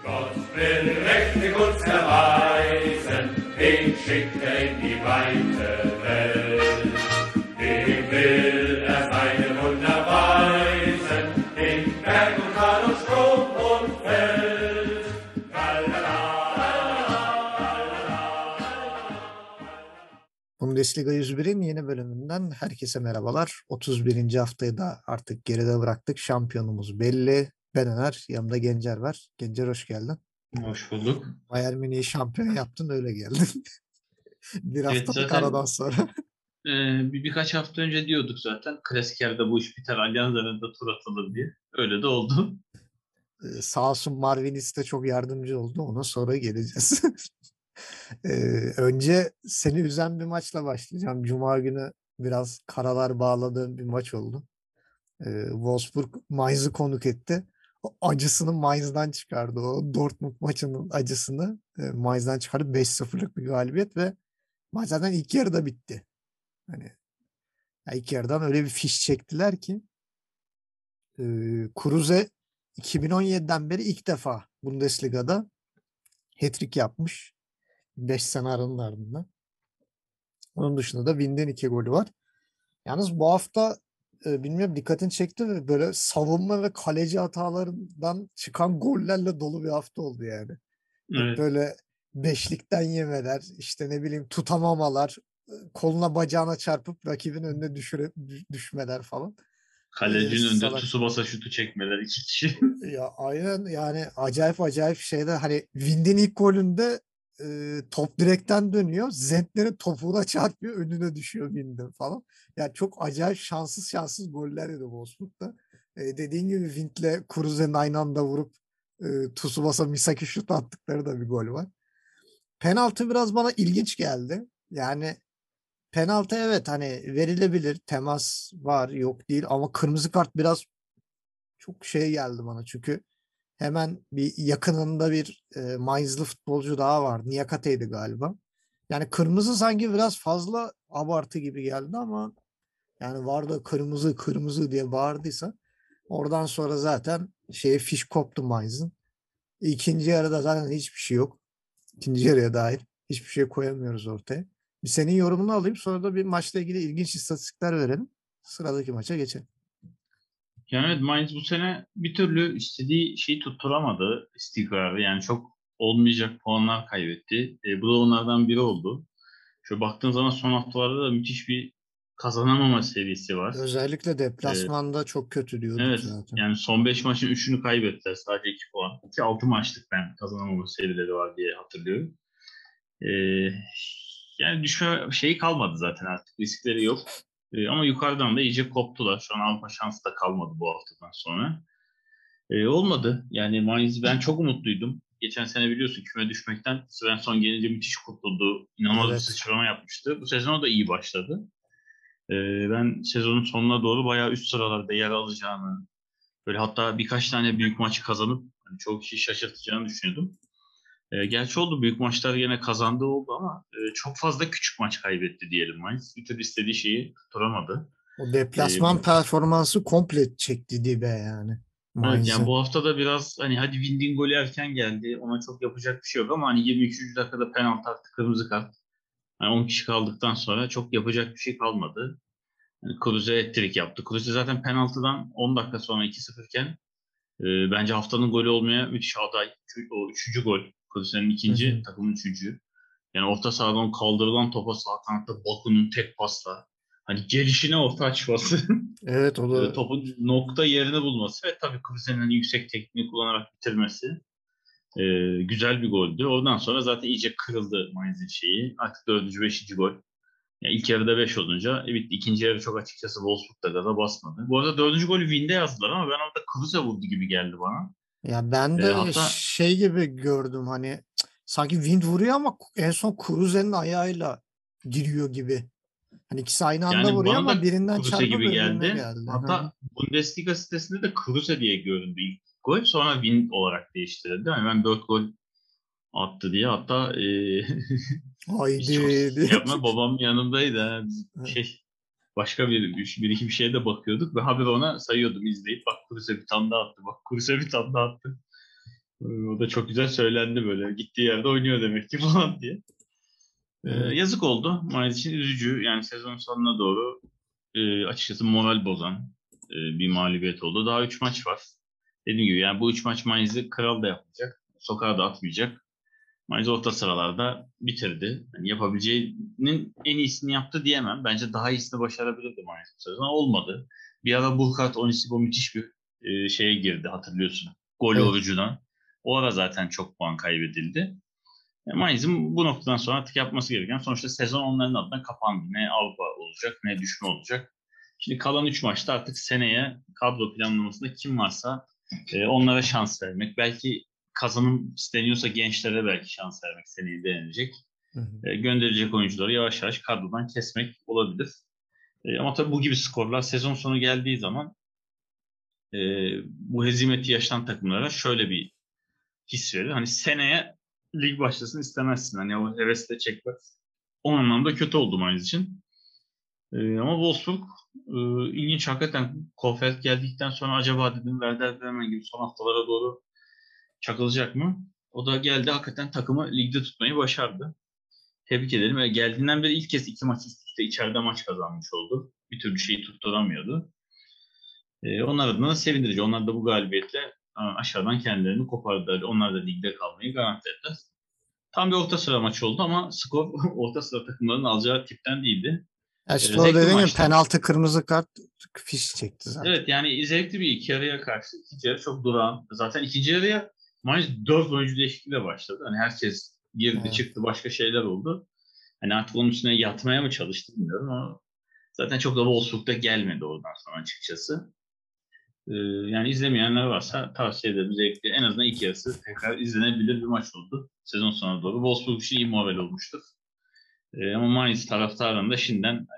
Gott will mächtig uns erweisen, wen schickt er in die weite Welt. Dem will er seine Wunder weisen, in Berg und Tal und Strom und Feld. Bundesliga 101'in yeni bölümünden herkese merhabalar. 31. haftayı da artık geride bıraktık. Şampiyonumuz belli. Ben Öner, yanımda Gencer var. Gencer hoş geldin. Hoş bulduk. Bayern Münih'i şampiyon yaptın, öyle geldin. Bir Evet, haftalık zaten aradan sonra. birkaç hafta önce diyorduk zaten. Klasik yerde bu iş biter, Allianz Arena'da tur atılır diye. Öyle de oldu. Sağ olsun Marvinis de çok yardımcı oldu. Ona sonra geleceğiz. Ee, Önce seni üzen bir maçla başlayacağım. Cuma günü biraz karalar bağladığım bir maç oldu. Wolfsburg Mainz'ı konuk etti. O acısını Mainz'dan çıkardı. O Dortmund maçının acısını Mainz'dan çıkardı. 5-0'lık bir galibiyet ve maç zaten ilk yarıda bitti. Hani ya ilk yarıdan öyle bir fiş çektiler ki Kruse 2017'den beri ilk defa Bundesliga'da hat-trick yapmış. 5 sene aranın ardından. Onun dışında da Wind'in 2 golü var. Yalnız bu hafta bilmiyorum dikkatini çekti mi? Böyle savunma ve kaleci hatalarından çıkan gollerle dolu bir hafta oldu yani. Hep Evet. böyle beşlikten yemeler, işte ne bileyim tutamamalar, koluna bacağına çarpıp rakibin önüne düşmeler falan. Kalecinin önünde Salak. Tsubasa şutu çekmeler 2 kişi. Ya aynen, yani acayip şeyler. Hani Wind'in ilk golünde top direkten dönüyor. Zentner'in topuğuna çarpıyor. Önüne düşüyor Wind'in falan. Yani çok acayip şanssız goller yedi Wolfsburg'da. Dediğin gibi Wind'le Kruse'nin aynı anda vurup Tsubasa Misaki şut attıkları da bir gol var. Penaltı biraz bana ilginç geldi. Yani penaltı evet, hani verilebilir. Temas var, yok değil, ama kırmızı kart biraz çok şey geldi bana. Çünkü hemen bir yakınında bir Mainz'lı futbolcu daha var. Niakate'ydi galiba. Yani kırmızı sanki biraz fazla abartı gibi geldi ama yani vardı kırmızı diye bağırdıysa oradan sonra zaten fiş koptu Mainz'ın. İkinci yarıda zaten hiçbir şey yok. İkinci yarıya dair hiçbir şey koyamıyoruz ortaya. Bir senin yorumunu alayım, sonra da bir maçla ilgili ilginç istatistikler verelim. Sıradaki maça geçelim. Yani evet, Mainz bu sene bir türlü istediği şeyi tutturamadı, istikrarı. Yani çok olmayacak puanlar kaybetti. Bu da onlardan biri oldu. Şöyle baktığın zaman son haftalarda da müthiş bir kazanamama seviyesi var. Özellikle E, deplasmanda çok kötü diyorduk Evet, zaten. yani son 5 maçın 3'ünü kaybettiler. Sadece 2 puan. Ki 6 maçlık ben kazanamama serileri var diye hatırlıyorum. Ee, Yani düşme şeyi kalmadı zaten, artık riskleri yok. Ama yukarıdan da iyice koptular. Şu an Avrupa şansı da kalmadı bu haftadan sonra. Olmadı. Yani Mainz, ben çok umutluydum. Geçen sene biliyorsun küme düşmekten Svensson gelince müthiş kurtuldu. İnanılmaz bir Evet. sıçrama yapmıştı. Bu sezon da iyi başladı. Ben sezonun sonuna doğru bayağı üst sıralarda yer alacağını, böyle hatta birkaç tane büyük maçı kazanıp hani çok kişi şaşırtacağını düşünüyordum. Gerçi oldu, büyük maçlar yine kazandığı oldu ama çok fazla küçük maç kaybetti diyelim Mainz. Bir türlü istediği şeyi tutturamadı. O E, deplasman bu, performansı komple çekti dibe yani. evet, yani Mainz'ı. bu hafta da biraz hani hadi Wind'in golü erken geldi. Ona çok yapacak bir şey yok ama hani 23. dakikada penaltı attı, kırmızı kart. Hani 10 kişi kaldıktan sonra çok yapacak bir şey kalmadı. Yani Kruse hat-trick yaptı. Kruse zaten penaltıdan 10 dakika sonra 2-0 iken bence haftanın golü olmaya müthiş aday. Çünkü o üçüncü gol. Kruse'nin Hı ikinci, hı. takımın üçüncü. Yani orta sahadan kaldırılan topa sağ kanatta Baku'nun tek pasla, hani gelişine orta açması, Evet, o da topun nokta yerini bulması ve tabii Kruse'nin hani yüksek tekniği kullanarak bitirmesi e, güzel bir goldü. Oradan sonra zaten iyice kırıldı Mainz'in şeyi. Artık dördüncü, beşinci gol. Yani ilk yarıda 5 olunca bitti. İkinci yarı çok açıkçası Wolfsburg da gaza basmadı. Bu arada dördüncü golü Wind'e yazdılar ama ben orada Kruse vurdu gibi geldi bana. ya ben de Hatta gibi gördüm, hani sanki Wind vuruyor ama en son Kruse'nin ayağıyla giriyor gibi. Hani ikisi aynı anda yani vuruyor bana ama da birinden Kruse çarpıp gibi öbürüne geldi. geldi. Hı hı. Hatta Bundesliga sitesinde de Kruse diye göründü ilk gol. Sonra Wind olarak değiştirildi. Yani ben 4 gol attı diye. Hatta biz çok Haydi diye. şey yapma, babam yanımdaydı. Ha. Biz başka bir iki bir şeye de bakıyorduk ve haber ona sayıyordum izleyip, bak Kruse bir tane daha attı, bak Kruse bir tane daha attı. O da çok güzel söylendi böyle. Gittiği yerde oynuyor demek ki falan diye. Evet. Yazık oldu. Mainz için üzücü. Yani sezon sonuna doğru açıkçası moral bozan bir mağlubiyet oldu. Daha 3 maç var. Dediğim gibi yani bu 3 maç Mainz'i kral da yapmayacak. Sokağa da atmayacak. Mainz orta sıralarda bitirdi. Yani yapabileceğinin en iyisini yaptı diyemem. Bence daha iyisini başarabilirdi Mainz bu sezon. Olmadı. Bir ara Burkhardt Onisipo müthiş bir şeye girdi hatırlıyorsun. Gol Evet. orucuna. O ara zaten çok puan kaybedildi. Mainz'in bu noktadan sonra artık yapması gereken sonuçta sezon onların adına kapandı. Ne Avrupa olacak ne düşme olacak. Şimdi kalan 3 maçta artık seneye kadro planlamasında kim varsa onlara şans vermek. Belki kazanım isteniyorsa gençlere belki şans vermek seneye denenecek. Hı hı. Gönderilecek oyuncuları yavaş yavaş kadrodan kesmek olabilir. Ama tabii bu gibi skorlar sezon sonu geldiği zaman e, bu hezimeti yaşayan takımlara şöyle bir his verir. Hani seneye lig başlasın istemezsin. Hani o hevesle çekmek. O anlamda kötü oldu Mainz için. Ama Wolfsburg ilginç hakikaten. Kofeld geldikten sonra acaba dedim Werder Bremen gibi son haftalara doğru çakılacak mı? O da geldi hakikaten takımı ligde tutmayı başardı. Tebrik ederim. Geldiğinden beri ilk kez 2 maç üst üste içeride maç kazanmış oldu. Bir türlü şeyi tutturamıyordu. Onlar adına da sevindirici. Onlar da bu galibiyetle aşağıdan kendilerini kopardılar. Onlar da ligde kalmayı garantilediler. Tam bir orta sıra maçı oldu ama skor orta sıra takımlarının alacağı tipten değildi. İşte o Zevkli bir dediğin gibi maçtı. penaltı kırmızı kart fiş çekti zaten. Evet yani zevkli bir iki yarıya karşı. İkinci yarı çok durağan. Zaten ikinci yarıya Mainz 4 oyuncu değişikliğiyle başladı. Hani herkes girdi Evet. çıktı başka şeyler oldu. Hani artık onun üstüne yatmaya mı çalıştı bilmiyorum ama zaten çok da Wolfsburg'da gelmedi oradan sonra açıkçası. Yani izlemeyenler varsa tavsiye ederim. Zevkli. En azından ilk yarısı tekrar izlenebilir bir maç oldu. Sezon sonuna doğru. Wolfsburg için iyi moral olmuştur. Ama Mainz taraftarının da şimdiden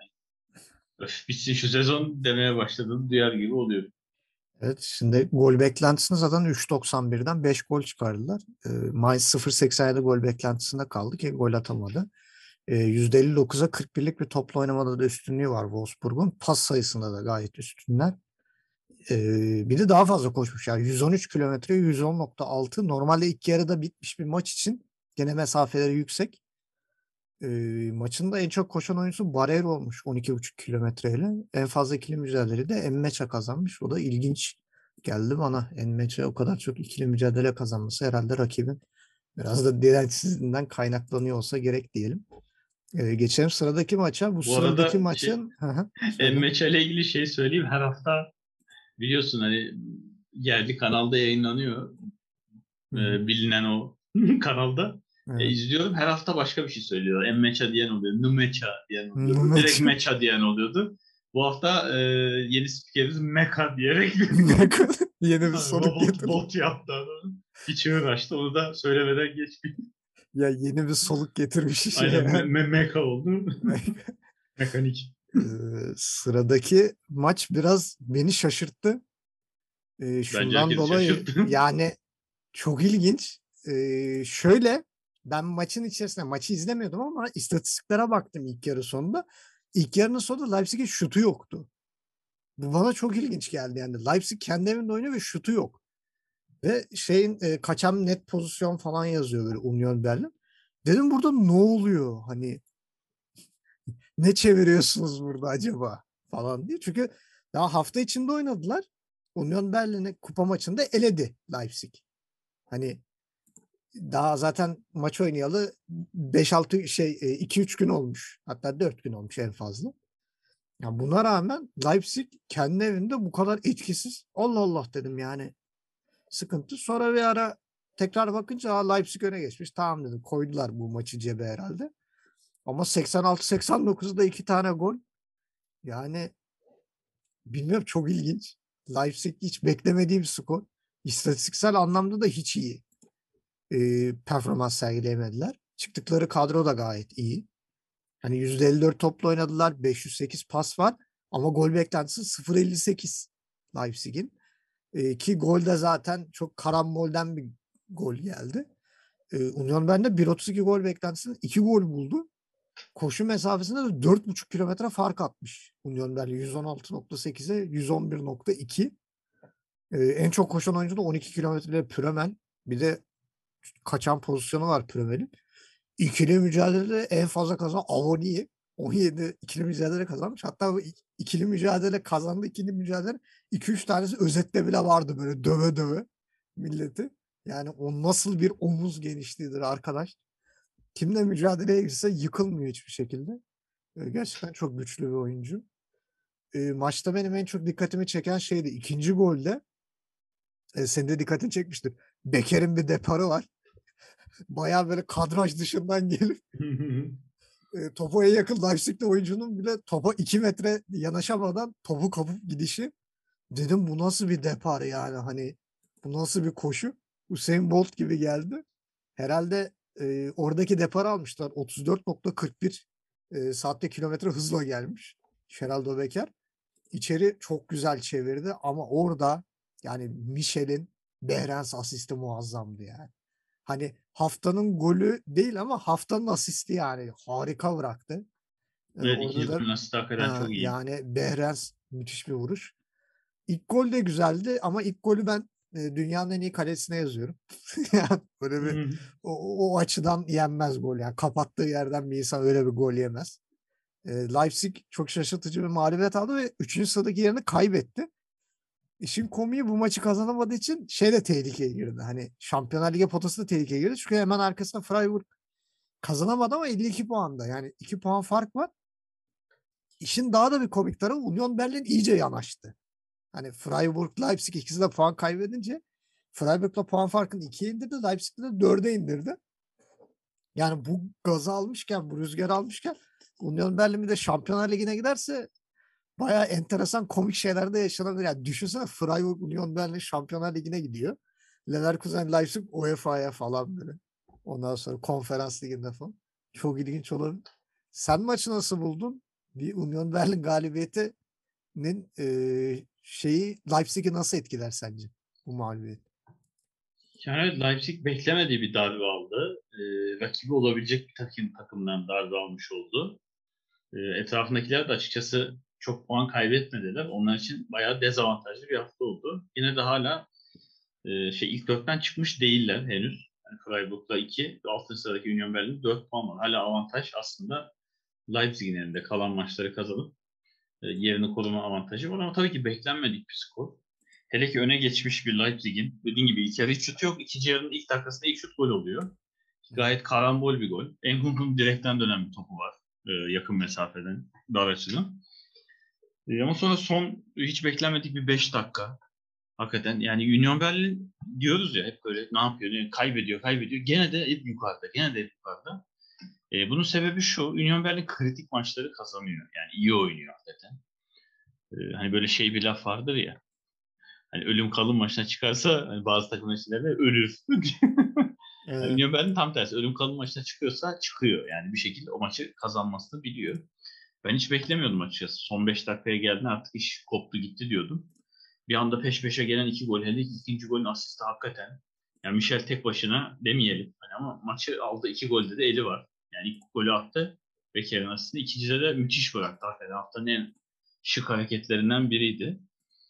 öf, bitsin şu sezon demeye başladığını duyar gibi oluyor. Evet, şimdi gol beklentisini zaten 3.91'den 5 gol çıkardılar. Mainz 0.87 gol beklentisinde kaldı ki gol atamadı. %59'a 41'lik bir toplu oynamada da üstünlüğü var Wolfsburg'un. Pas sayısında da gayet üstünler. Bir de daha fazla koşmuş. Yani 113 kilometre 110.6. Normalde ilk yarıda bitmiş bir maç için gene mesafeleri yüksek. Maçın da en çok koşan oyuncusu Barreiro olmuş 12,5 kilometreyle. En fazla ikili mücadeleyi de Enmeça kazanmış. O da ilginç geldi bana. Enmeça o kadar çok ikili mücadele kazanması herhalde rakibin biraz da dirençsizliğinden kaynaklanıyor olsa gerek diyelim. Geçelim sıradaki maça. Bu Bu sıradaki arada maçın söyle. Meç'le ilgili şey söyleyeyim. Her hafta biliyorsun hani yerli kanalda yayınlanıyor. Hı hı. Bilinen o kanalda. Evet. İzliyorum. Her hafta başka bir şey söylüyor. Emmeça diyen oluyor. Numeça diyen oluyordu. Direkt Maça. Meça diyen oluyordu. Bu hafta yeni spikerimiz Meka diyerek Yeni bir soluk getirdi. bot yaptı adam. Hiç uğraştı. Onu da söylemeden geçmiyor. Ya yeni bir soluk getirmiş işe Aynen yani. Meka oldu. Mekanik. Sıradaki maç biraz beni şaşırttı. Bence Şundan herkesi dolayı şaşırttı. yani çok ilginç. Şöyle ben maçın içerisinde maçı izlemiyordum ama istatistiklere baktım ilk yarı sonunda. İlk yarının sonunda Leipzig'in şutu yoktu. Bu bana çok ilginç geldi yani. Leipzig kendi evinde oynuyor ve şutu yok. Ve şeyin kaçan net pozisyon falan yazıyor böyle Union Berlin. Dedim burada ne oluyor? Hani ne çeviriyorsunuz burada acaba falan diye. Çünkü daha hafta içinde oynadılar. Union Berlin'i kupa maçında eledi Leipzig. Hani daha zaten maç oynayalı 5-6 2-3 gün olmuş. Hatta 4 gün olmuş en fazla. Ya buna rağmen Leipzig kendi evinde bu kadar etkisiz. Allah Allah dedim yani. Sıkıntı. Sonra bir ara tekrar bakınca Leipzig öne geçmiş. Tamam dedim. Koydular bu maçı cebe herhalde. Ama 86-89'da 2 tane gol. Yani bilmiyorum çok ilginç. Leipzig hiç beklemediğim skor. İstatistiksel anlamda da hiç iyi performans sergileyemediler. Çıktıkları kadro da gayet iyi. Hani %54 topla oynadılar. 508 pas var. Ama gol beklentisi 0.58 Leipzig'in. Ki gol de zaten çok karambolden bir gol geldi. Union Berlin 1.32 gol beklentisinin 2 gol buldu. Koşu mesafesinde de 4,5 kilometre fark atmış. Union Berlin 116.8'e 111.2. En çok koşan oyuncu da 12 kilometreyle Püremen. Bir de kaçan pozisyonu var Premel'in. İkili mücadelede en fazla kazanan Avoni'yi 17 ikili mücadele kazanmış. Hatta bu ikili mücadele kazandı. İkili mücadele 2-3 tanesi özette bile vardı böyle döve döve milleti. Yani o nasıl bir omuz genişliğidir arkadaş. Kimle mücadeleye girse yıkılmıyor hiçbir şekilde. Gerçekten çok güçlü bir oyuncu. Maçta benim en çok dikkatimi çeken şeydi. İkinci golde senin de dikkatini çekmiştir. Beker'in bir deparı var. Bayağı böyle kadraj dışından gelip topa en yakın Leipzig'li oyuncunun bile topa 2 metre yanaşamadan topu kapıp gidişi. Dedim bu nasıl bir depar yani hani bu nasıl bir koşu? Usain Bolt gibi geldi. Herhalde oradaki depar almışlar. 34.41 saatte kilometre hızla gelmiş. Geraldo Becker. İçeri çok güzel çevirdi ama orada yani Michel'in Behrens asisti muazzamdı yani. Hani haftanın golü değil ama haftanın asisti yani harika bıraktı. Evet, Orada ikinci da golün asisti hakikaten çok iyi. yani Behrens müthiş bir vuruş. İlk gol de güzeldi ama ilk golü ben dünyanın en iyi kalesine yazıyorum. Yani böyle bir o açıdan yenmez gol yani kapattığı yerden bir insan öyle bir gol yemez. Leipzig çok şaşırtıcı bir mağlubiyet aldı ve 3. sıradaki yerini kaybetti. İşin komiği bu maçı kazanamadığı için şey de tehlikeye girdi. Hani Şampiyonlar Ligi potası da tehlikeye girdi. Çünkü hemen arkasında Freiburg kazanamadı ama 52 puanda. Yani 2 puan fark var. İşin daha da bir komik tarafı Union Berlin iyice yanaştı. Hani Freiburg, Leipzig ikisi de puan kaybedince Freiburg'la puan farkını 2'ye indirdi. Leipzig'le de 4'e indirdi. Yani bu gazı almışken, bu rüzgarı almışken Union Berlin bir de Şampiyonlar Ligi'ne giderse bayağı enteresan komik şeyler de yaşanabilir. Yani düşünsene Freiburg Union Berlin Şampiyonlar Ligi'ne gidiyor. Leverkusen Leipzig UEFA'ya falan böyle. Ondan sonra konferans liginde falan. Çok ilginç olabilir. Sen maçı nasıl buldun? Bir Union Berlin galibiyetinin şeyi Leipzig'i nasıl etkiler sence bu mağlubiyet? Yani evet, Leipzig beklemediği bir darbe aldı. Rakibi olabilecek bir takımdan darbe almış oldu. Etrafındakiler de açıkçası çok puan kaybetmediler. Onlar için bayağı dezavantajlı bir hafta oldu. Yine de hala ilk dörtten çıkmış değiller henüz. Yani Freiburg'la 2, 6. sıradaki Union Berlin 4 puan var. Hala avantaj aslında Leipzig'in elinde kalan maçları kazanıp yerini koruma avantajı var ama tabii ki beklenmedik bir skor. Hele ki öne geçmiş bir Leipzig'in dediğim gibi ilk yarı hiç şut yok. İkinci yarının ilk dakikasında ilk şut gol oluyor. Gayet karambol bir gol. Enkunku'nun direkten dönen bir topu var. Yakın mesafeden, dar açıdan. Ama sonra son hiç beklenmedik bir 5 dakika. Hakikaten yani Union Berlin diyoruz ya hep böyle ne yapıyor? Yani kaybediyor. Gene de hep yukarıda. Bunun sebebi şu. Union Berlin kritik maçları kazanıyor. Yani iyi oynuyor hakikaten. Hani böyle bir laf vardır ya. Hani ölüm kalım maçına çıkarsa hani bazı takım içinde ölür. Yani Union Berlin tam tersi. Ölüm kalım maçına çıkıyorsa çıkıyor. Yani bir şekilde o maçı kazanmasını biliyor. Ben hiç beklemiyordum açıkçası. Son 5 dakikaya geldiğinde artık iş koptu gitti diyordum. Bir anda peş peşe gelen 2 gol. Hele ikinci golün asisti hakikaten. Yani Michel tek başına demeyelim. Hani ama maçı aldı 2 golde de eli var. Yani ilk golü attı. Becker'in asistini. İkincide de müthiş bıraktı. Hakikaten haftanın en şık hareketlerinden biriydi.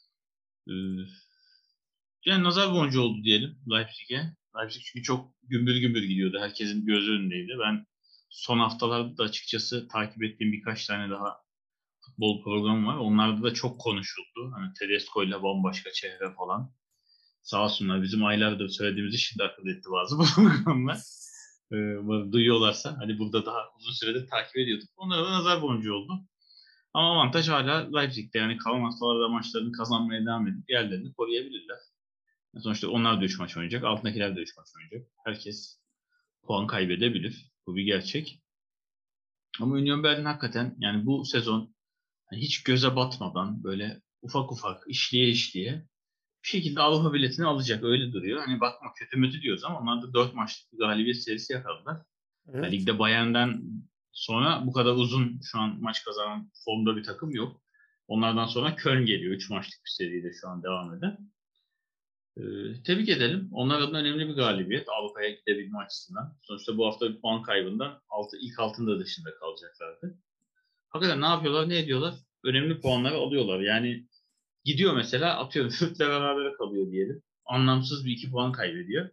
Yani nazar boncuğu oldu diyelim Leipzig'e. Leipzig çünkü çok gümbür gümbür gidiyordu. Herkesin gözü önündeydi. Ben son haftalarda da açıkçası takip ettiğim birkaç tane daha futbol programı var. Onlarda da çok konuşuldu. Hani Tedesco ile bambaşka çehre falan. Sağ olsunlar bizim aylardır söylediğimizi şimdi akıl etti bazı programlar. Duyuyorlarsa hani burada daha uzun süredir takip ediyorduk. Onlara da nazar boncuğu oldu. Ama avantaj hala Leipzig'te. Yani kalan haftalarda maçlarını kazanmaya devam edip yerlerini koruyabilirler. Sonuçta onlar da 3 maç oynayacak. Altındakiler de 3 maç oynayacak. Herkes puan kaybedebilir. Bu bir gerçek. Ama Union Berlin hakikaten yani bu sezon hiç göze batmadan böyle ufak ufak işleye bir şekilde Avrupa biletini alacak. Öyle duruyor. Hani bakma kötü mütü diyoruz ama onlar da 4 maçlık bir galibiyet serisi yakaladılar. Evet. Ligde Bayern'den sonra bu kadar uzun şu an maç kazanan formda bir takım yok. Onlardan sonra Köln geliyor. 3 maçlık bir seriyle şu an devam eden. Tebrik edelim. Onlar adına önemli bir galibiyet Avrupa'ya gidebilme açısından. Sonuçta bu hafta bir puan kaybından ilk altında dışında kalacaklardı. Hakikaten ne yapıyorlar, ne ediyorlar? Önemli puanları alıyorlar. Yani gidiyor mesela atıyorum Fürth'le beraber kalıyor diyelim. Anlamsız bir 2 puan kaybediyor.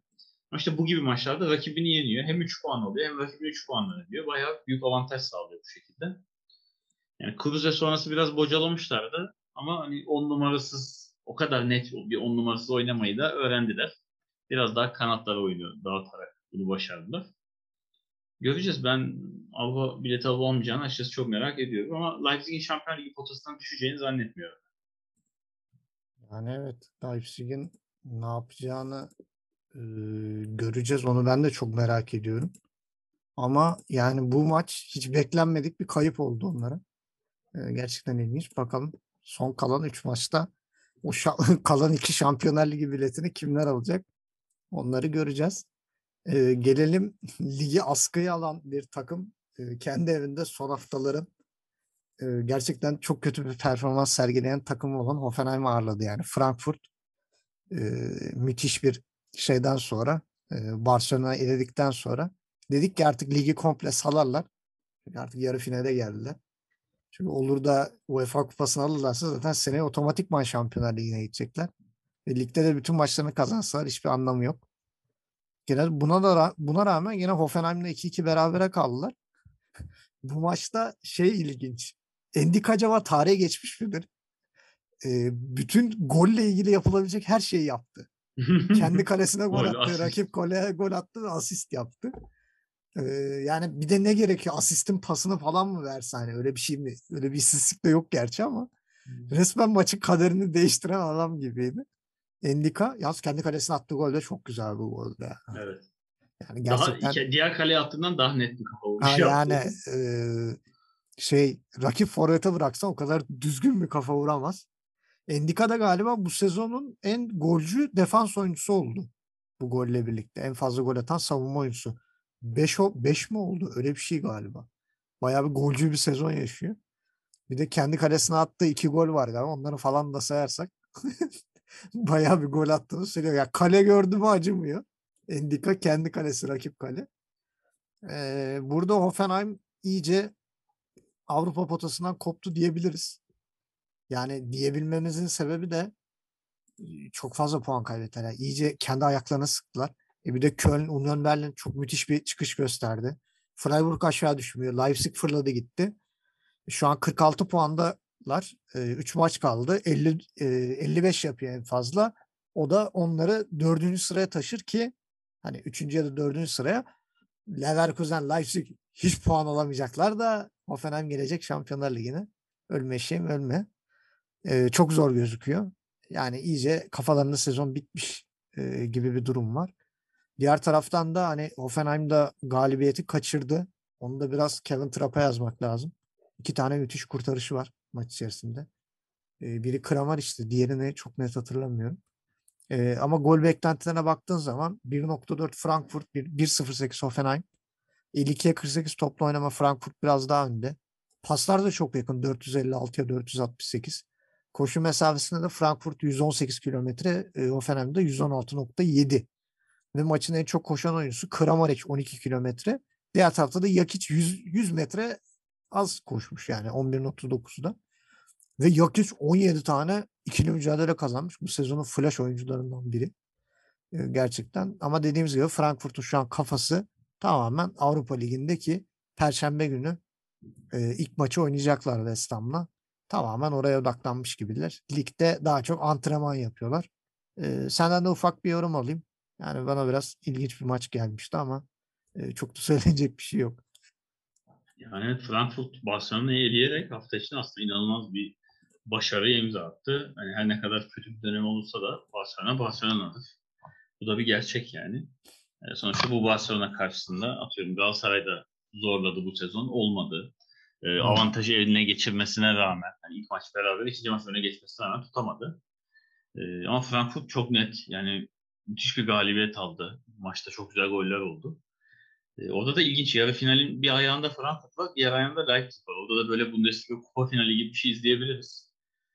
Ama işte bu gibi maçlarda rakibini yeniyor. Hem 3 puan alıyor hem rakibine 3 puanlar ediyor. Bayağı büyük avantaj sağlıyor bu şekilde. Yani Cruze sonrası biraz bocalamışlardı. Ama hani 10 numarasız o kadar net bir 10 numarasız oynamayı da öğrendiler. Biraz daha kanatlara oyunu dağıtarak bunu başardılar. Göreceğiz. Ben Avrupa bileti alıp olmayacağını açıkçası çok merak ediyorum. Ama Leipzig'in Şampiyonlar Ligi potasından düşeceğini zannetmiyorum. Yani evet, Leipzig'in ne yapacağını göreceğiz. Onu ben de çok merak ediyorum. Ama yani bu maç hiç beklenmedik bir kayıp oldu onlara. Gerçekten ilginç. Bakalım son kalan 3 maçta o kalan 2 Şampiyonlar Ligi biletini kimler alacak? Onları göreceğiz. Gelelim ligi askıya alan bir takım. Kendi evinde son haftaların gerçekten çok kötü bir performans sergileyen takımı olan Hoffenheim'i ağırladı yani. Frankfurt e, müthiş bir şeyden sonra Barcelona'ya eledikten sonra dedik ki artık ligi komple salarlar. Çünkü artık yarı finale geldiler. Çünkü olur da UEFA Kupası'nı alırlarsa zaten seneye otomatikman Şampiyonlar Ligi'ne gidecekler. Ve ligde de bütün maçlarını kazansalar hiçbir anlamı yok. Gene buna rağmen yine Hoffenheim'le 2-2 berabere kaldılar. Bu maçta şey ilginç. Endik acaba tarihe geçmiş midir? Bütün golle ilgili yapılabilecek her şeyi yaptı. Kendi kalesine gol Gol, attı, asist. rakip kaleye gol attı ve asist yaptı. Ee, Yani bir de ne gerekiyor? Asistin pasını falan mı verse hani öyle bir şey mi? Öyle bir istatistik de yok gerçi ama resmen maçın kaderini değiştiren adam gibiydi. Endika yalnız kendi kalesine attığı gol de çok güzel bir gol ya. Evet. Yani Daha gerçekten diğer kaleye attığından daha net bir kafa vuruşu yani yaptı. rakip forvete bıraksa o kadar düzgün bir kafa vuramaz. Endika da galiba bu sezonun en golcü defans oyuncusu oldu. Bu golle birlikte. En fazla gol atan savunma oyuncusu. 5 mi oldu? Öyle bir şey galiba. Bayağı bir golcü bir sezon yaşıyor. Bir de kendi kalesine attığı 2 gol var galiba. Onları falan da sayarsak bayağı bir gol attığını söylüyor. Ya kale gördü mü acımıyor. Endika kendi kalesi rakip kale. Burada Hoffenheim iyice Avrupa potasından koptu diyebiliriz. Yani diyebilmemizin sebebi de çok fazla puan kaybettiler. Yani iyice kendi ayaklarına sıktılar. Bir de Köln, Union Berlin çok müthiş bir çıkış gösterdi. Freiburg aşağı düşmüyor. Leipzig fırladı gitti. Şu an 46 puandalar. 3 maç kaldı. 55 yapıyor en fazla. O da onları 4. sıraya taşır ki hani 3. ya da 4. sıraya Leverkusen, Leipzig hiç puan alamayacaklar da Hoffenheim gelecek Şampiyonlar Ligi'ne. Ölme şeyim ölme. Çok zor gözüküyor. Yani iyice kafalarında sezon bitmiş gibi bir durum var. Diğer taraftan da hani Hoffenheim'da galibiyeti kaçırdı. Onu da biraz Kevin Trapp'a yazmak lazım. 2 tane müthiş kurtarışı var maç içerisinde. Biri Kramarić'ti, diğerini çok net hatırlamıyorum. Ama gol beklentilerine baktığın zaman 1.4 Frankfurt, 1.08 Hoffenheim. 52'ye 48 toplu oynama Frankfurt biraz daha önde. Paslar da çok yakın 456'ya 468. Koşu mesafesinde de Frankfurt 118 kilometre, Hoffenheim'de 116.7. Ve maçın en çok koşan oyuncusu Kramarić 12 kilometre. Diğer tarafta da Jakic 100 metre az koşmuş yani 11.39'da. Ve Jakic 17 tane ikili mücadele kazanmış. Bu sezonun flash oyuncularından biri. Gerçekten. Ama dediğimiz gibi Frankfurt'un şu an kafası tamamen Avrupa Ligi'ndeki Perşembe günü ilk maçı oynayacaklar West Ham'la. Tamamen oraya odaklanmış gibiler. Ligde daha çok antrenman yapıyorlar. Senden de ufak bir yorum alayım. Yani bana biraz ilginç bir maç gelmişti ama çok da söylenecek bir şey yok. Yani Frankfurt Barcelona'yı eleyerek hafta içinde aslında inanılmaz bir başarıya imza attı. Hani her ne kadar kötü bir dönem olursa da Barcelona'dır. Bu da bir gerçek yani. Sonuçta bu Barcelona karşısında atıyorum Galatasaray'da zorladı bu sezon. Olmadı. Avantajı eline geçirmesine rağmen hani ilk maç beraber ikinci maç öne geçmesine rağmen tutamadı. Ama Frankfurt çok net yani müthiş bir galibiyet aldı. Maçta çok güzel goller oldu. Orada da ilginç. Yarı finalin bir ayağında Frankfurt var, diğer ayağında Leipzig var. Orada da böyle Bundesliga kupa finali gibi bir şey izleyebiliriz.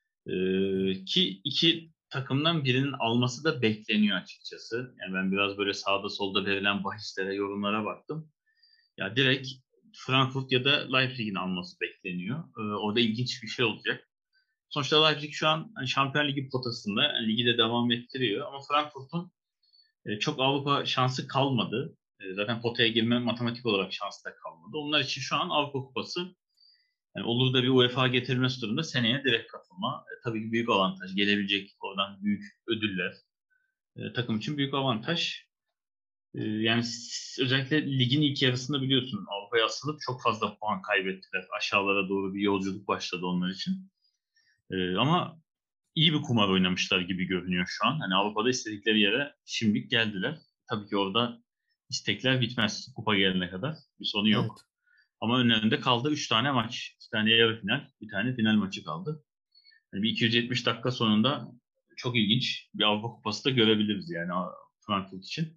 Ki iki takımdan birinin alması da bekleniyor açıkçası. Yani ben biraz böyle sağda solda verilen bahislere, yorumlara baktım. Ya direkt Frankfurt ya da Leipzig'in alması bekleniyor. Orada ilginç bir şey olacak. Sonuçta Leipzig şu an hani Şampiyon Ligi potasında, yani ligi de devam ettiriyor. Ama Frankfurt'un Çok Avrupa şansı kalmadı. Zaten potaya girme matematik olarak şansı da kalmadı. Onlar için şu an Avrupa Kupası, yani olur da bir UEFA getirilmesi durumunda seneye direkt katılma. Tabii ki büyük avantaj. Gelebilecek oradan büyük ödüller. Takım için büyük avantaj. Yani özellikle ligin ilk yarısında biliyorsun Avrupa'ya asılıp çok fazla puan kaybettiler. Aşağılara doğru bir yolculuk başladı onlar için. Ama iyi bir kumar oynamışlar gibi görünüyor şu an. Hani Avrupa'da istedikleri yere şimdilik geldiler. Tabii ki orada istekler bitmez kupa gelene kadar. Bir sonu Evet. yok. Ama önlerinde kaldı 3 tane maç. 2 tane yarı final, bir tane final maçı kaldı. Yani bir 270 dakika sonunda çok ilginç bir Avrupa Kupası da görebiliriz yani Frankfurt için.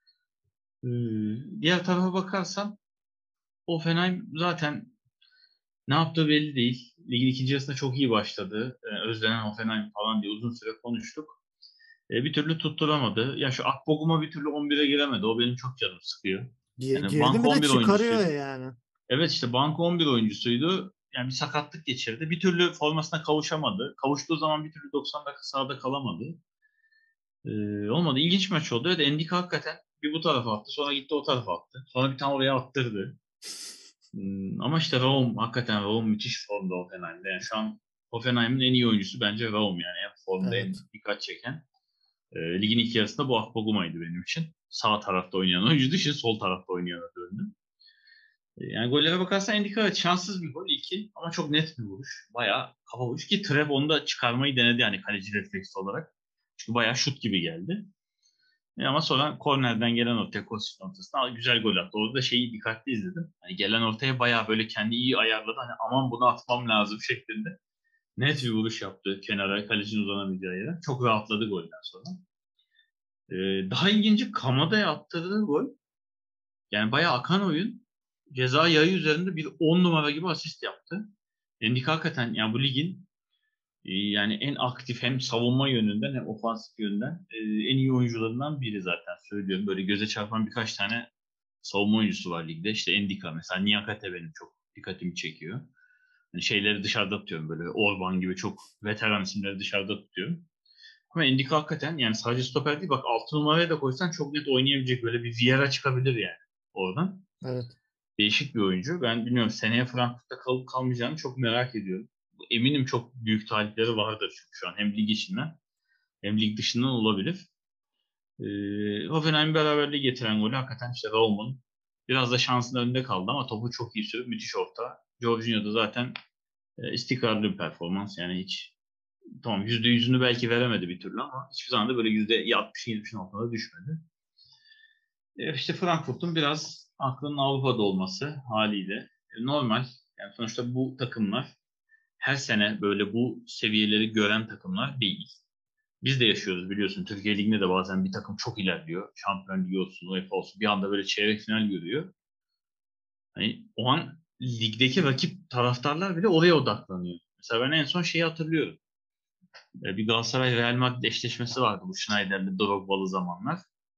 Diğer tarafa bakarsan Hoffenheim zaten ne yaptığı belli değil. Ligin ikinci yarısında çok iyi başladı. Özlenen Hoffenheim falan diye uzun süre konuştuk. Bir türlü tutturamadı. Ya şu Akpoguma bir türlü 11'e giremedi. O benim çok canımı sıkıyor. Yani Girdi banko mi de 11 çıkarıyor oyuncusuydu. yani. Evet işte banko 11 oyuncusuydu. Yani bir sakatlık geçirdi. Bir türlü formasına kavuşamadı. Kavuştuğu zaman bir türlü 90 dakika sahada kalamadı. Olmadı. İlginç maç oldu. Evet Endika hakikaten bir bu tarafa attı. Sonra gitti o tarafa attı. Sonra bir tane oraya attırdı. Ama işte Raum hakikaten Raum müthiş formda Hoffenheim'de. Yani şu an Hoffenheim'in en iyi oyuncusu bence Raum yani. En formda en Evet. dikkat çeken. Ligin ilk yarısında bu Akpoguma'ydı benim için. Sağ tarafta oynayan oyuncuydu. Şimdi sol tarafta oynayana döndü. Yani gollere bakarsan Endika evet şanssız bir gol ilki ama çok net bir vuruş. Bayağı kafa vuruş ki Treb onu da çıkarmayı denedi yani kaleci refleksi olarak. Çünkü bayağı şut gibi geldi. Ama sonra kornerden gelen ortaya Kostic'in ortasına güzel gol attı. Orada şeyi dikkatli izledim. Hani gelen ortaya bayağı böyle kendi iyi ayarladı. Hani aman bunu atmam lazım şeklinde. Net bir vuruş yaptı kenara kalecinin uzanamayacağı yere. Çok rahatladı golden sonra. Daha ilginci Kamada'ya attırdığı gol. Yani bayağı akan oyun. Ceza yayı üzerinde bir 10 numara gibi asist yaptı. Endika hakikaten yani bu ligin yani en aktif hem savunma yönünden hem ofansif yönden en iyi oyuncularından biri zaten söylüyorum. Böyle göze çarpan birkaç tane savunma oyuncusu var ligde. İşte Endika mesela Niakate benim çok dikkatimi çekiyor. Yani şeyleri dışarıda tutuyorum böyle Orban gibi çok veteran isimleri dışarıda tutuyorum. Ama Endika hakikaten yani sadece stoper değil bak 6 numaraya da koysan çok net oynayabilecek böyle bir Vieira çıkabilir yani oradan. Evet. Değişik bir oyuncu. Ben bilmiyorum seneye Frankfurt'ta kalıp kalmayacağını çok merak ediyorum. Eminim çok büyük talipleri vardır çünkü şu an hem lig içinden hem lig dışından olabilir. Hoffenheim beraberliği getiren golü hakikaten işte Raum'un biraz da şansın önünde kaldı ama topu çok iyi sürüp müthiş orta. Jorginho da zaten istikrarlı bir performans yani hiç tamam %100'ünü belki veremedi bir türlü ama hiçbir zaman da böyle %60'ın 70'in altına düşmedi. İşte Frankfurt'un biraz aklının Avrupa'da olması haliyle normal. Yani sonuçta bu takımlar her sene böyle bu seviyeleri gören takımlar değil. Biz de yaşıyoruz biliyorsun. Türkiye Ligi'nde de bazen bir takım çok ilerliyor. Şampiyon Ligi olsun, UEFA olsun. Bir anda böyle çeyrek final görüyor. Hani o an ligdeki rakip taraftarlar bile oraya odaklanıyor. Mesela ben en son şeyi hatırlıyorum. Bir Galatasaray Real Madrid eşleşmesi vardı bu Schneider'li Drogba'lı zamanlar.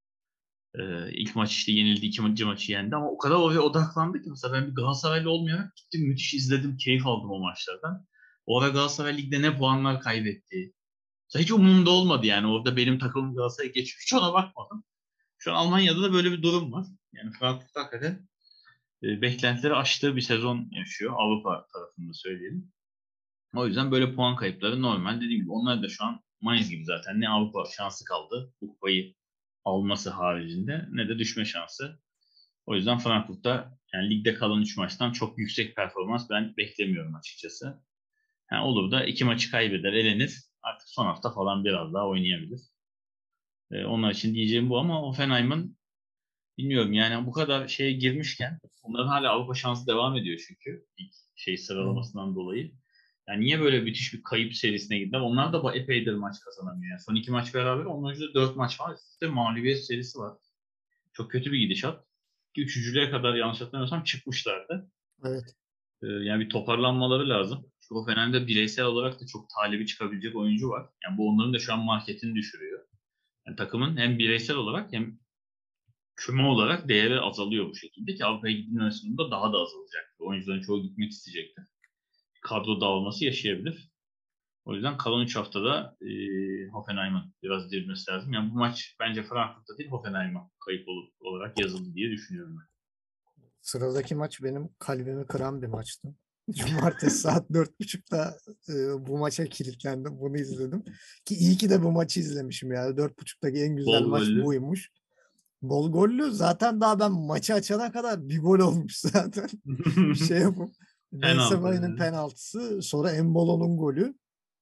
İlk maç işte yenildi, ikinci maçı yendi ama o kadar oraya odaklandı ki mesela ben bir Galatasaraylı olmayarak gittim müthiş izledim, keyif aldım o maçlardan. Orada Galatasaray Lig'de ne puanlar kaybetti. Mesela hiç umurumda olmadı yani orada benim takımım Galatasaray'a geçmiş hiç ona bakmadım. Şu an Almanya'da da böyle bir durum var. Yani Frankfurt hakikaten beklentileri aştığı bir sezon yaşıyor Avrupa tarafında söyleyelim. O yüzden böyle puan kayıpları normal. Dediğim gibi onlar da şu an Mainz gibi zaten ne Avrupa şansı kaldı bu kupayı alması haricinde ne de düşme şansı. O yüzden Frankfurt'ta yani ligde kalan 3 maçtan çok yüksek performans ben beklemiyorum açıkçası. Yani olur da 2 maçı kaybeder, elenir. Artık son hafta falan biraz daha oynayabilir. Onlar için diyeceğim bu ama Hoffenheim'ın bilmiyorum yani bu kadar şeye girmişken onların hala Avrupa şansı devam ediyor çünkü ilk şey Hı. sıralamasından dolayı. Yani niye böyle müthiş bir kayıp serisine girdiler? Onlar da epeydir maç kazanamıyor. Yani son 2 maç beraber onun önce 4 maç var. Üstte mağlubiyet serisi var. Çok kötü bir gidişat. Üçüncülüğe kadar yanlış hatırlamıyorsam çıkmışlardı. Evet. Yani bir toparlanmaları lazım. Çünkü o Fener'de bireysel olarak da çok talibi çıkabilecek oyuncu var. Yani bu onların da şu an marketini düşürüyor. Yani takımın hem bireysel olarak hem küme olarak değeri azalıyor bu şekilde ki Avrupa'ya gidilme sonunda daha da azalacak. Oyuncuların çoğu gitmek isteyecektir. Kadro dağılması yaşayabilir. O yüzden kalan 3 haftada Hoffenheim'ın biraz girmesi lazım. Yani bu maç bence Frankfurt'ta değil Hoffenheim'a kayıp olarak yazıldı diye düşünüyorum ben. Sıradaki maç benim kalbimi kıran bir maçtı. Cumartesi saat 4.30'da bu maça kilitlendim. Bunu izledim. Ki iyi ki de bu maçı izlemişim yani. 4.30'daki en güzel Bol maç gollü. buymuş. Bol gollü. Zaten daha ben maçı açana kadar bir gol olmuş zaten. Şey yapıp Penaltı. Benzema'nın penaltısı, sonra Embolo'nun golü.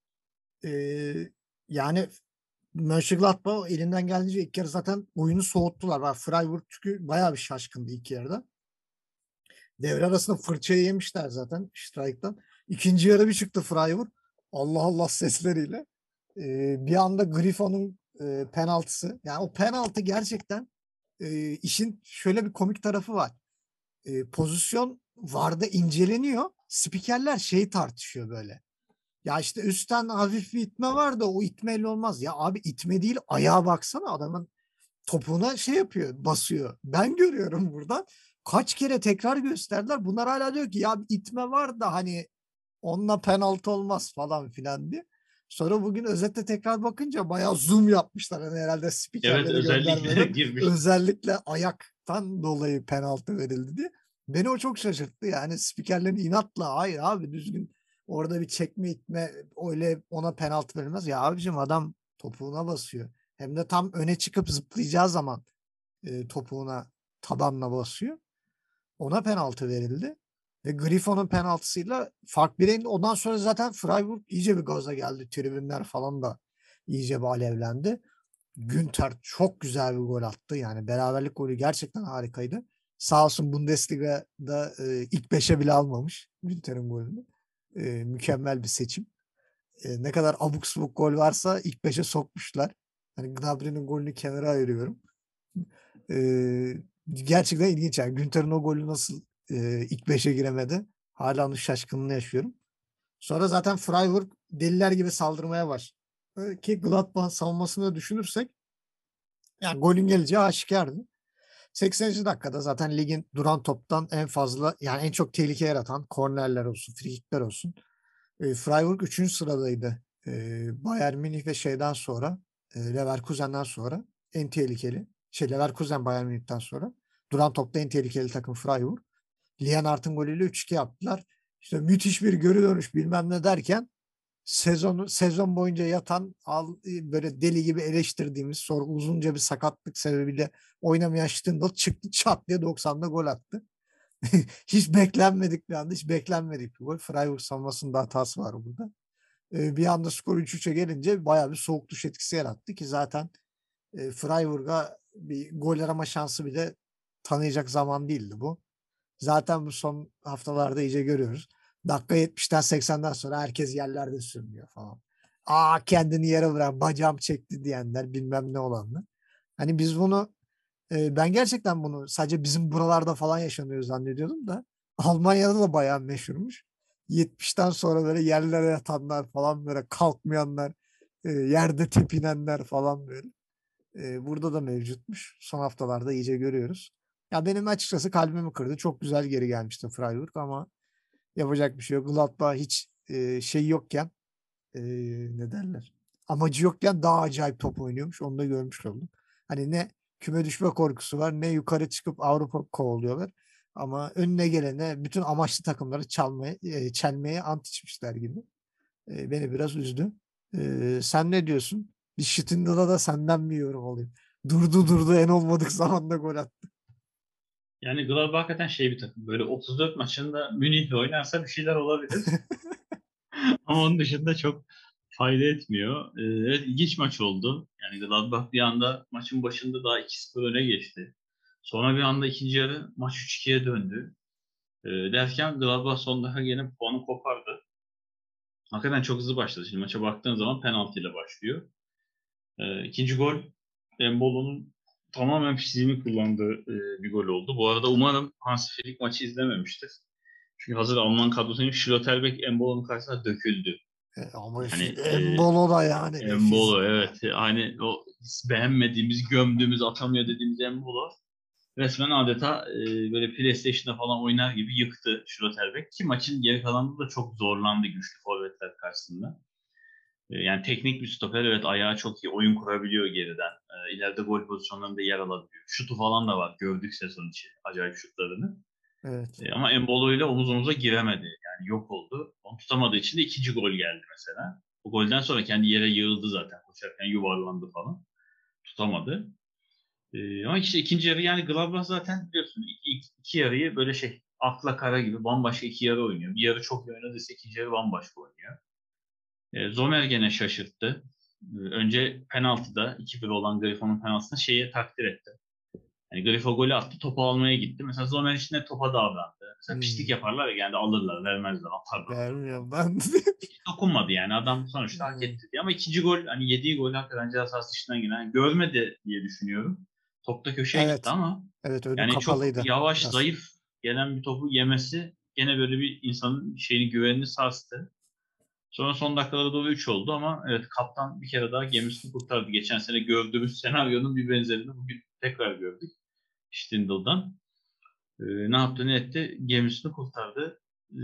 Yani Mönchengladbach elinden geldiğince ilk yarı zaten oyunu soğuttular. Freiburg çünkü bayağı bir şaşkındı ilk yarıda. Devre arasında fırçayı yemişler zaten Strike'dan. İkinci yarı bir çıktı Freiburg. Allah Allah sesleriyle. Bir anda Griffon'un penaltısı. Yani o penaltı gerçekten işin şöyle bir komik tarafı var. Pozisyon VAR'da inceleniyor. Spikerler şey tartışıyor böyle. Ya işte üstten hafif bir itme var da o itmeyle olmaz. Ya abi itme değil, ayağa baksana, adamın topuğuna şey yapıyor, basıyor. Ben görüyorum buradan. Kaç kere tekrar gösterdiler. Bunlar hala diyor ki ya itme var da hani onunla penaltı olmaz falan filan diye. Sonra bugün özette tekrar bakınca bayağı zoom yapmışlar. Hani herhalde Evet, spikerleri özellikle göndermeden girmiş. özellikle ayaktan dolayı penaltı verildi diye. Beni o çok şaşırttı. Yani spikerlerin inatla hayır abi düzgün orada bir çekme itme öyle ona penaltı verilmez. Ya abicim adam topuğuna basıyor. Hem de tam öne çıkıp zıplayacağı zaman topuğuna tabanla basıyor. Ona penaltı verildi. Ve Griffon'un penaltısıyla fark 1'e indi. Ondan sonra zaten Freiburg iyice bir gaza geldi. Tribünler falan da iyice bir alevlendi. Günter çok güzel bir gol attı. Yani beraberlik golü gerçekten harikaydı. Sağ olsun Bundesliga'da ilk 5'e bile almamış Günter'in golünü. Mükemmel bir seçim. Ne kadar abuk subuk gol varsa ilk 5'e sokmuşlar. Hani Gnabry'nin golünü kenara ayırıyorum. Gerçekten ilginç. Yani Günter'in o golü nasıl ilk 5'e giremedi? Hala onun şaşkınlığını yaşıyorum. Sonra zaten Freiburg deliler gibi saldırmaya başladı. Ki Gladbach savunmasını düşünürsek yani golün geleceği aşikardı. 80. dakikada zaten ligin duran toptan en fazla yani en çok tehlike yaratan kornerler olsun, frikikler olsun. Freiburg 3. sıradaydı. Bayern Münih ve şeyden sonra Leverkusen'den sonra en tehlikeli. Leverkusen Bayern Münih'ten sonra. Duran topta en tehlikeli takım Freiburg. Lienhardt'ın golüyle 3-2 yaptılar. İşte müthiş bir geri dönüş bilmem ne derken sezon boyunca yatan böyle deli gibi eleştirdiğimiz sonra uzunca bir sakatlık sebebiyle oynamayan Stindl çıktı çat diye 90'da gol attı. Hiç beklenmedik bir anda. Hiç beklenmedik bir gol. Freiburg savunmasında hatası var burada. Bir anda skor 3-3'e gelince bayağı bir soğuk duş etkisi yarattı ki zaten Freiburg'a bir gol arama şansı bile tanıyacak zaman değildi bu. Zaten bu son haftalarda iyice görüyoruz. Dakika 70'ten 80'den sonra herkes yerlerde sürünüyor falan. Kendini yere bırak, bacağım çekti diyenler bilmem ne olanlar. Hani biz bunu ben gerçekten bunu sadece bizim buralarda falan yaşanıyor zannediyordum da Almanya'da da bayağı meşhurmuş. 70'ten sonra böyle yerlere yatanlar falan böyle kalkmayanlar, yerde tepinenler falan böyle. Burada da mevcutmuş. Son haftalarda iyice görüyoruz. Ya benim açıkçası kalbimi kırdı. Çok güzel geri gelmişti Freiburg ama yapacak bir şey yok. Gladbach hiç şey yokken ne derler? Amacı yokken daha acayip top oynuyormuş. Onu da görmüş oldum. Hani ne küme düşme korkusu var ne yukarı çıkıp Avrupa kovalıyorlar. Ama önüne gelene bütün amaçlı takımları çelmeye ant içmişler gibi. Beni biraz üzdü. Sen ne diyorsun? Bir Şitindal'a da senden mi yorum alayım? Durdu en olmadık zamanda gol attı. Yani Gladbach hakikaten şey bir takım. Böyle 34 maçında Münih'le oynarsa bir şeyler olabilir. Ama onun dışında çok fayda etmiyor. Evet, ilginç maç oldu. Yani Gladbach bir anda maçın başında daha 2-0 öne geçti. Sonra bir anda ikinci yarı maç 3-2'ye döndü. Derken Gladbach son dakika yine puanı kopardı. Hakikaten çok hızlı başladı. Şimdi maça baktığın zaman penaltıyla başlıyor. İkinci gol Embolo'nun tamamen fiziğini kullandığı bir gol oldu. Bu arada umarım Hansi Flick maçı izlememiştir. Çünkü hazır Alman kadrosuyum. Schlotterbeck Embolo'nun karşısına döküldü. Ama Yani işte Embolo da yani ne fizik. Embolo, evet. Hani o beğenmediğimiz, gömdüğümüz, atamıyor dediğimiz Embolo resmen adeta böyle PlayStation'da falan oynar gibi yıktı Schlotterbeck. Ki maçın geri kalanında da çok zorlandı güçlü forvetler karşısında. Yani teknik bir stoper, evet, ayağı çok iyi. Oyun kurabiliyor geriden. İleride gol pozisyonlarında yer alabiliyor. Şutu falan da var. Gördük sezon içi acayip şutlarını. Evet. Ama Embolo ile omuz omuza giremedi. Yani yok oldu. Onu tutamadığı için de ikinci gol geldi mesela. O golden sonra kendi yere yığıldı zaten. Koşarken yuvarlandı falan. Tutamadı. Ama işte ikinci yarı, yani Gladbach zaten biliyorsun iki yarıyı böyle akla kara gibi bambaşka iki yarı oynuyor. Bir yarı çok iyi oynadıysa ikinci yarı bambaşka oynuyor. Zomer gene şaşırttı. Önce penaltıda 2-1 olan Griffo'nun penaltısını takdir etti. Yani Griffo golü attı, topu almaya gitti. Mesela Zomer içinde topa davrandı. Mesela pislik Hmm. yaparlar ya, yani alırlar, vermezler, atarlar. Vermiyorum ben. Hiç dokunmadı yani, adam sonuçta hak Hmm. etti diye. Ama ikinci gol, hani yediği gol hakikaten ceza sahası dışından gelen, yani görmedi diye düşünüyorum. Top da köşeye gitti Evet. ama Evet, önü yani çok kapalıydı yavaş, biraz. zayıf gelen bir topu yemesi gene böyle bir insanın güvenini sarstı. Sonra son dakikalarda doğru 3 oldu ama evet, kaptan bir kere daha gemisini kurtardı. Geçen sene gördüğümüz senaryonun bir benzerini bugün tekrar gördük. Stindl'dan. Ne yaptı ne etti? Gemisini kurtardı.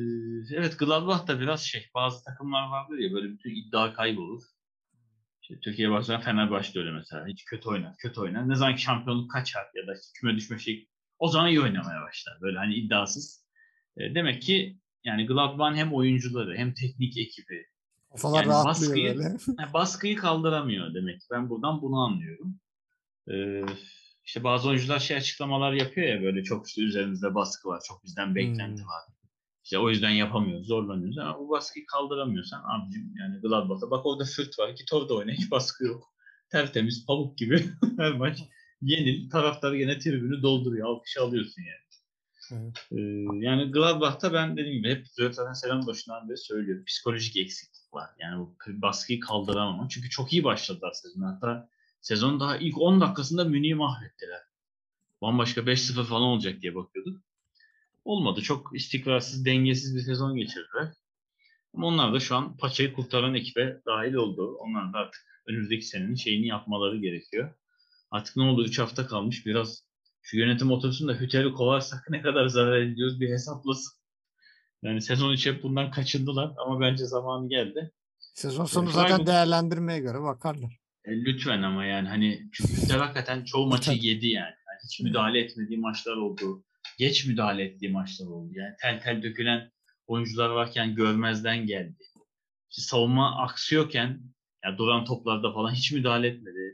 Evet, Gladbach da biraz bazı takımlar vardır ya, böyle bütün iddia kaybolur. Türkiye'ye baksan Fenerbahçe öyle mesela. Hiç kötü oynar, kötü oynar. Ne zaman ki şampiyonluk kaçar ya da küme düşme o zaman iyi oynamaya başlar. Böyle hani iddiasız. Demek ki yani Gladbach'ın hem oyuncuları hem teknik ekibi, Kafalar yani rahatlıyor böyle. baskıyı kaldıramıyor demek. Ben buradan bunu anlıyorum. Ee, işte bazı oyuncular açıklamalar yapıyor ya, böyle çok işte üzerimizde baskı var, çok bizden beklenti Hmm. var. İşte o yüzden yapamıyoruz, zorlanıyoruz. Ama bu baskıyı kaldıramıyorsan abicim, yani Gladbach'ta bak, orada Fürt var, git orada oyna, hiç baskı yok. Tertemiz pamuk gibi her maç yenil, taraftar gene tribünü dolduruyor, alkışı alıyorsun yani. Evet. Yani Gladbach'ta ben dediğim gibi hep zaten sezon başından beri söylüyorum. Psikolojik eksiklik var. Yani bu baskıyı kaldıramam. Çünkü çok iyi başladılar sezon. Hatta sezon daha ilk 10 dakikasında Münih'i mahvettiler. Bambaşka 5-0 falan olacak diye bakıyorduk. Olmadı. Çok istikrarsız, dengesiz bir sezon geçirdiler. Ama onlar da şu an paçayı kurtaran ekibe dahil oldu. Onlar da artık önümüzdeki senenin yapmaları gerekiyor. Artık ne oldu? 3 hafta kalmış. Biraz şu yönetim otursun Hüter'i kovarsak ne kadar zarar ediyoruz bir hesaplasın. Yani sezon içi hep bundan kaçındılar ama bence zamanı geldi. Sezon sonu zaten Freiburg değerlendirmeye göre bakarlar. lütfen ama yani hani, çünkü Hütter hakikaten çoğu maçı Tabii. yedi yani. Yani hiç müdahale etmediği maçlar oldu. Geç müdahale ettiği maçlar oldu. Yani tel tel dökülen oyuncular varken görmezden geldi. İşte savunma aksıyorken, ya duran toplarda falan hiç müdahale etmedi.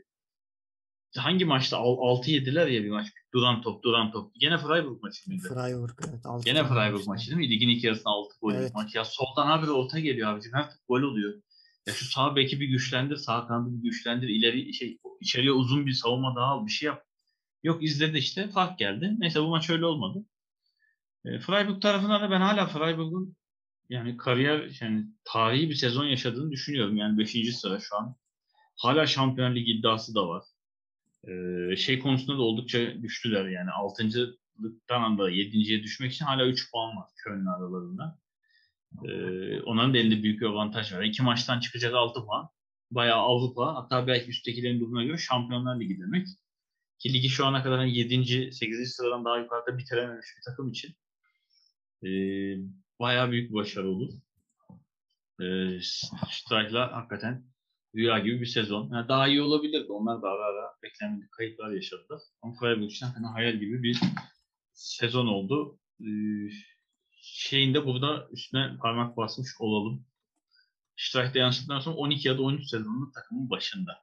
Hangi maçta 6 yediler ya bir maç. Duran top, duran top. Gene Freiburg maçı mıydı? Freiburg, evet, 6 Gene tane Freiburg yemişler. maçı değil mi? Ligin ilk yarısında 6 gollük Evet. maç. Ya soldan abi orta geliyor abicim. Her top gol oluyor. Ya şu sağ beki bir güçlendir. Sağ kanadı bir güçlendir. İleri içeriye uzun bir savunma daha al. Bir şey yap. Yok, izledi işte. Fark geldi. Neyse, bu maç öyle olmadı. Freiburg tarafından da ben hala Freiburg'un yani kariyer, yani tarihi bir sezon yaşadığını düşünüyorum. Yani 5. sıra şu an. Hala Şampiyon Ligi iddiası da var. Konusunda da oldukça güçlüler yani. 6.lıktan da 7.ye düşmek için hala 3 puan var Köln aralarında. Onların da elinde büyük bir avantaj var. 2 maçtan çıkacak 6 puan. Bayağı Avrupa, hatta belki üsttekilerin durumuna göre Şampiyonlar Ligi demek. Ki ligi şu ana kadar 7. 8. sıradan daha yukarıda bitirememiş bir takım için e, bayağı büyük bir başarı olur. Strike'la hakikaten rüya gibi bir sezon. Yani daha iyi olabilirdi. Onlar da ara ara beklenmedik kayıplar yaşadılar. Ama Freiburg için hakikaten hayal gibi bir sezon oldu. De burada üstüne parmak basmış olalım. Strike'de yansıttıktan sonra 12 ya da 13 sezonlu takımın başında.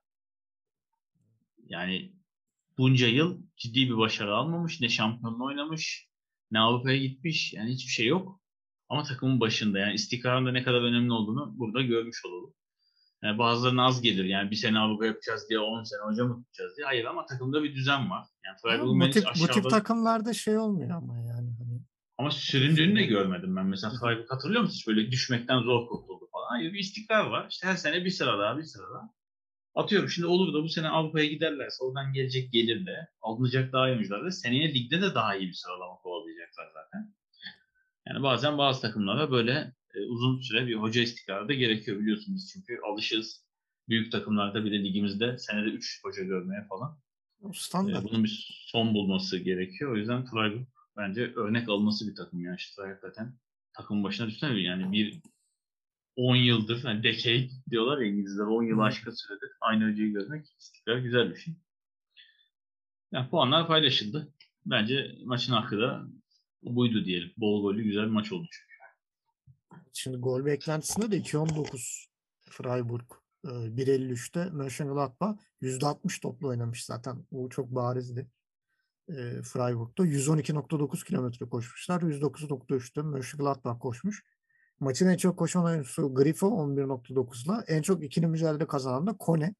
Yani bunca yıl ciddi bir başarı almamış. Ne şampiyonluğu oynamış, ne Avrupa'ya gitmiş. Yani hiçbir şey yok. Ama takımın başında. Yani istikrarın da ne kadar önemli olduğunu burada görmüş olalım. Yani bazılarına az gelir. Yani bir sene Avrupa yapacağız diye 10 sene hoca mı tutacağız diye. Hayır, ama takımda bir düzen var. Yani Ama Freiburg'un ben hiç bu tip aşağıda, takımlarda olmuyor ama yani hani ama o tip süründüğünü de şeyler. görmedim ben. Mesela Hı hı. Freiburg, hatırlıyor musun? Hiç böyle düşmekten zor kurtuldu falan. Hayır, bir istikrar var. İşte her sene bir sıra daha, bir sıra daha. Atıyorum şimdi olur da bu sene Avrupa'ya giderlerse oradan gelecek gelir de alınacak daha iyi oyuncular da seneye ligde de daha iyi bir sıralama kovalayacaklar zaten. Yani bazen bazı takımlara böyle uzun süre bir hoca istikrarı da gerekiyor, biliyorsunuz. Çünkü alışığız. Büyük takımlarda bile ligimizde senede 3 hoca görmeye falan. O standart. Bunun bir son bulması gerekiyor. O yüzden Freiburg bence örnek alınması bir takım. Yani işte hakikaten takım başına düşünsene, yani bir 10 yıldır, hani decade diyorlar ya İngilizler, 10 yıl aşkın süredir aynı hocayı görmek istikrar güzel bir şey. Yani puanlar paylaşıldı. Bence maçın hakkı da buydu diyelim. Bol gollü güzel bir maç oldu çünkü. Şimdi gol beklentisinde de 2.19 Freiburg 1.53'te Mönchengladbach %60 toplu oynamış zaten. O çok barizdi. Freiburg'da 112.9 kilometre koşmuşlar. 109.3'te Mönchengladbach koşmuş. Maçın en çok koşan oyuncusu Grifo 11.9'la. En çok ikili mücadele kazanan da Kone.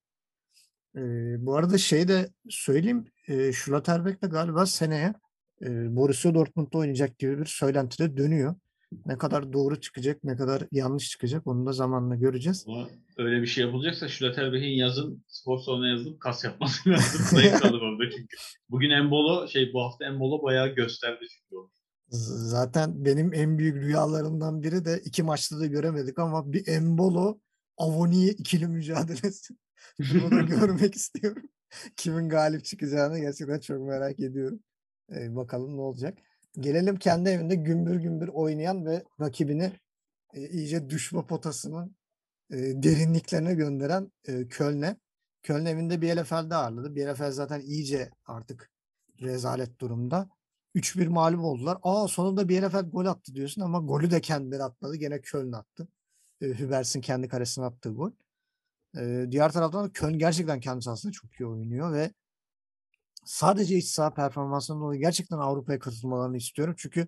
Bu arada şey de söyleyeyim. Schlotterbeck de galiba seneye Borussia Dortmund'da oynayacak gibi bir söylenti de dönüyor. Ne kadar doğru çıkacak, ne kadar yanlış çıkacak onu da zamanla göreceğiz. Ama öyle bir şey yapılacaksa Schlotterbeck'in yazın spor salonuna yazılıp kas yapması lazım. Zayıf kalır orada çünkü. Bugün Embolo, bu hafta Embolo bayağı gösterdi çünkü o. Zaten benim en büyük rüyalarımdan biri de 2 maçta da göremedik ama bir Embolo Avoni ikili mücadelesi. Bunu da görmek istiyorum. Kimin galip çıkacağını gerçekten çok merak ediyorum. Bakalım ne olacak. Gelelim kendi evinde gümbür gümbür oynayan ve rakibini iyice düşme potasının derinliklerine gönderen Köln'e. Köln evinde Bielefeld'i ağırladı. Bielefeld zaten iyice artık rezalet durumda. 3-1 mağlup oldular. Sonunda Bielefeld gol attı diyorsun ama golü de kendileri atmadı. Gene Köln attı. Hübers'in kendi karesine attığı gol. Diğer taraftan da Köln gerçekten kendi sahasında çok iyi oynuyor ve sadece iç saha performansından dolayı gerçekten Avrupa'ya katılmalarını istiyorum. Çünkü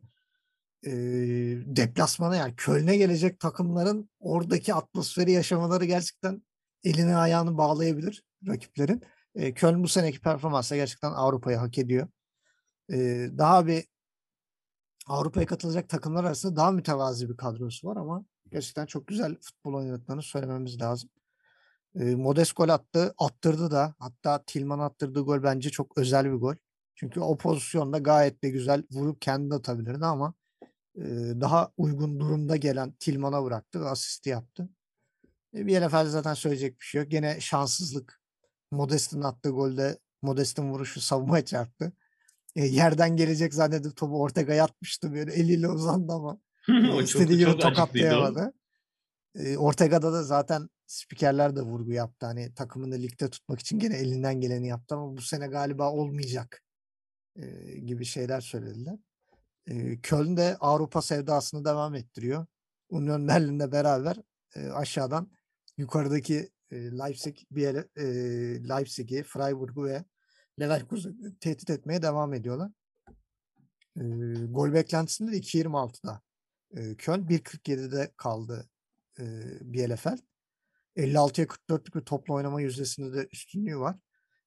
deplasmana yani Köln'e gelecek takımların oradaki atmosferi yaşamaları gerçekten elini ayağını bağlayabilir rakiplerin. Köln bu seneki performansla gerçekten Avrupa'yı hak ediyor. Daha bir Avrupa'ya katılacak takımlar arasında daha mütevazi bir kadrosu var ama gerçekten çok güzel futbol oynadıklarını söylememiz lazım. Modest gol attı, attırdı da. Hatta Tillman attırdığı gol bence çok özel bir gol. Çünkü o pozisyonda gayet de güzel vurup kendi atabilirdi ama daha uygun durumda gelen Tillman'a bıraktı ve asisti yaptı. Bielefeld zaten söyleyecek bir şey yok. Gene şanssızlık. Modest'in attığı golde Modest'in vuruşu savunmaya çarptı. Yerden gelecek zannedip topu Ortega'ya atmıştı. Böyle eliyle uzandı ama O istediği çok gibi çok acıklıydı o. tokatlayamadı. Ortega'da da zaten spikerler de vurgu yaptı. Hani takımını ligde tutmak için gene elinden geleni yaptı ama bu sene galiba olmayacak gibi şeyler söylediler. Köln de Avrupa sevdasını devam ettiriyor. Union Berlin'le beraber aşağıdan yukarıdaki Leipzig'i, Freiburg'u ve Leverkusen'i tehdit etmeye devam ediyorlar. Gol beklentisinde de 2.26'da. Köln 1.47'de kaldı Bielefeld. 56'ya 44'lük bir toplu oynama yüzdesinde de üstünlüğü var.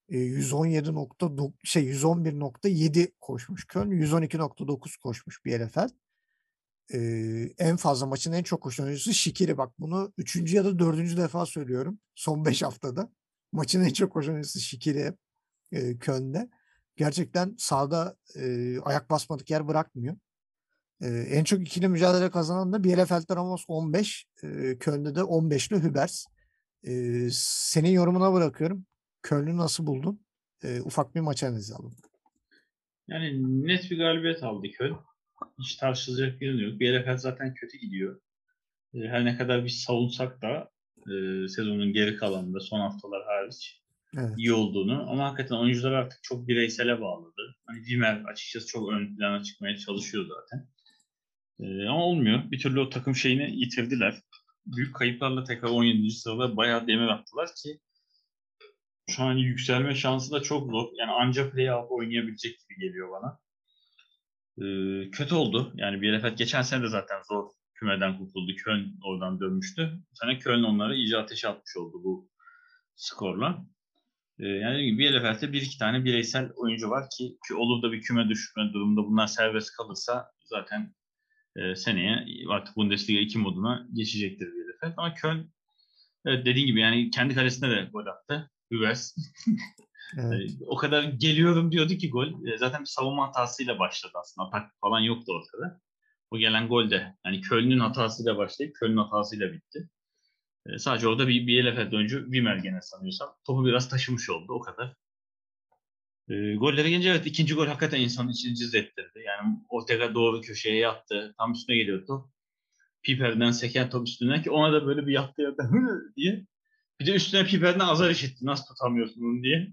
111.7 koşmuş Köln, 112.9 koşmuş Bielefeld. En fazla maçın en çok koşan oyuncusu Şikiri. Bak bunu 3. ya da 4. defa söylüyorum son 5 haftada. Maçın en çok koşan oyuncusu Şikiri Köln'de. Gerçekten sahada ayak basmadık yer bırakmıyor. En çok ikili mücadele kazanan da Bielefeld'de Ramos 15, Köln'de de 15'li Hübers. Senin yorumuna bırakıyorum. Köln'ü nasıl buldun? Ufak bir maç analizi alalım. Yani net bir galibiyet aldı Köln. Hiç tartışılacak bir yanı yok. Bielefeld zaten kötü gidiyor. Her ne kadar biz savunsak da sezonun geri kalanında son haftalar hariç Evet. iyi olduğunu ama hakikaten oyuncular artık çok bireysele bağladı. Hani Wimmer açıkçası çok ön plana çıkmaya çalışıyor zaten. Ama olmuyor. Bir türlü o takım şeyini yitirdiler. Büyük kayıplarla tekrar 17. sırada bayağı demir attılar ki şu an yükselme şansı da çok zor. Yani anca play-off oynayabilecek gibi geliyor bana. Kötü oldu. Yani Bielefeld geçen sene de zaten zor kümeden kurtuldu. Köln oradan dönmüştü. Bu sene Köln onları iyice ateşe atmış oldu bu skorla. Yani Bielefeld'de bir iki tane bireysel oyuncu var ki olur da bir küme düşme durumunda bunlar serbest kalırsa zaten seneye artık Bundesliga 2 moduna geçecektir Bielefeld. Ama Köln evet, dediğin gibi yani kendi kalesine de gol attı. Hübers. Evet. O kadar geliyorum diyordu ki gol. Zaten bir savunma hatasıyla başladı aslında. Atak falan yoktu ortada. O gelen gol de yani Köln'ün hatasıyla başlayıp Köln'ün hatasıyla bitti. Sadece orada bir Bielefeld oyuncu Wimmer gene sanıyorsam topu biraz taşımış oldu o kadar. Gollere gelince evet ikinci gol hakikaten insanın içini cız ettirdi. Yani Ortega doğru köşeye yattı. Tam üstüne geliyordu. Piper'den seken top üstünden ki ona da böyle bir yattı yerde "Hı" diye. Bir de üstüne Piper'den azar işitti. Nasıl tutamıyorsun bunu diye.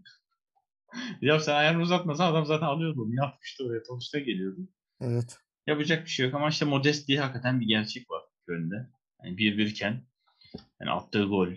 Ya sen ayağını uzatmasan adam zaten alıyordu onu. Yapmıştı oraya. Top üstüne geliyordu. Evet. Yapacak bir şey yok ama işte Modest diye hakikaten bir gerçek var önünde. Yani 1-1 iken yani attığı gol.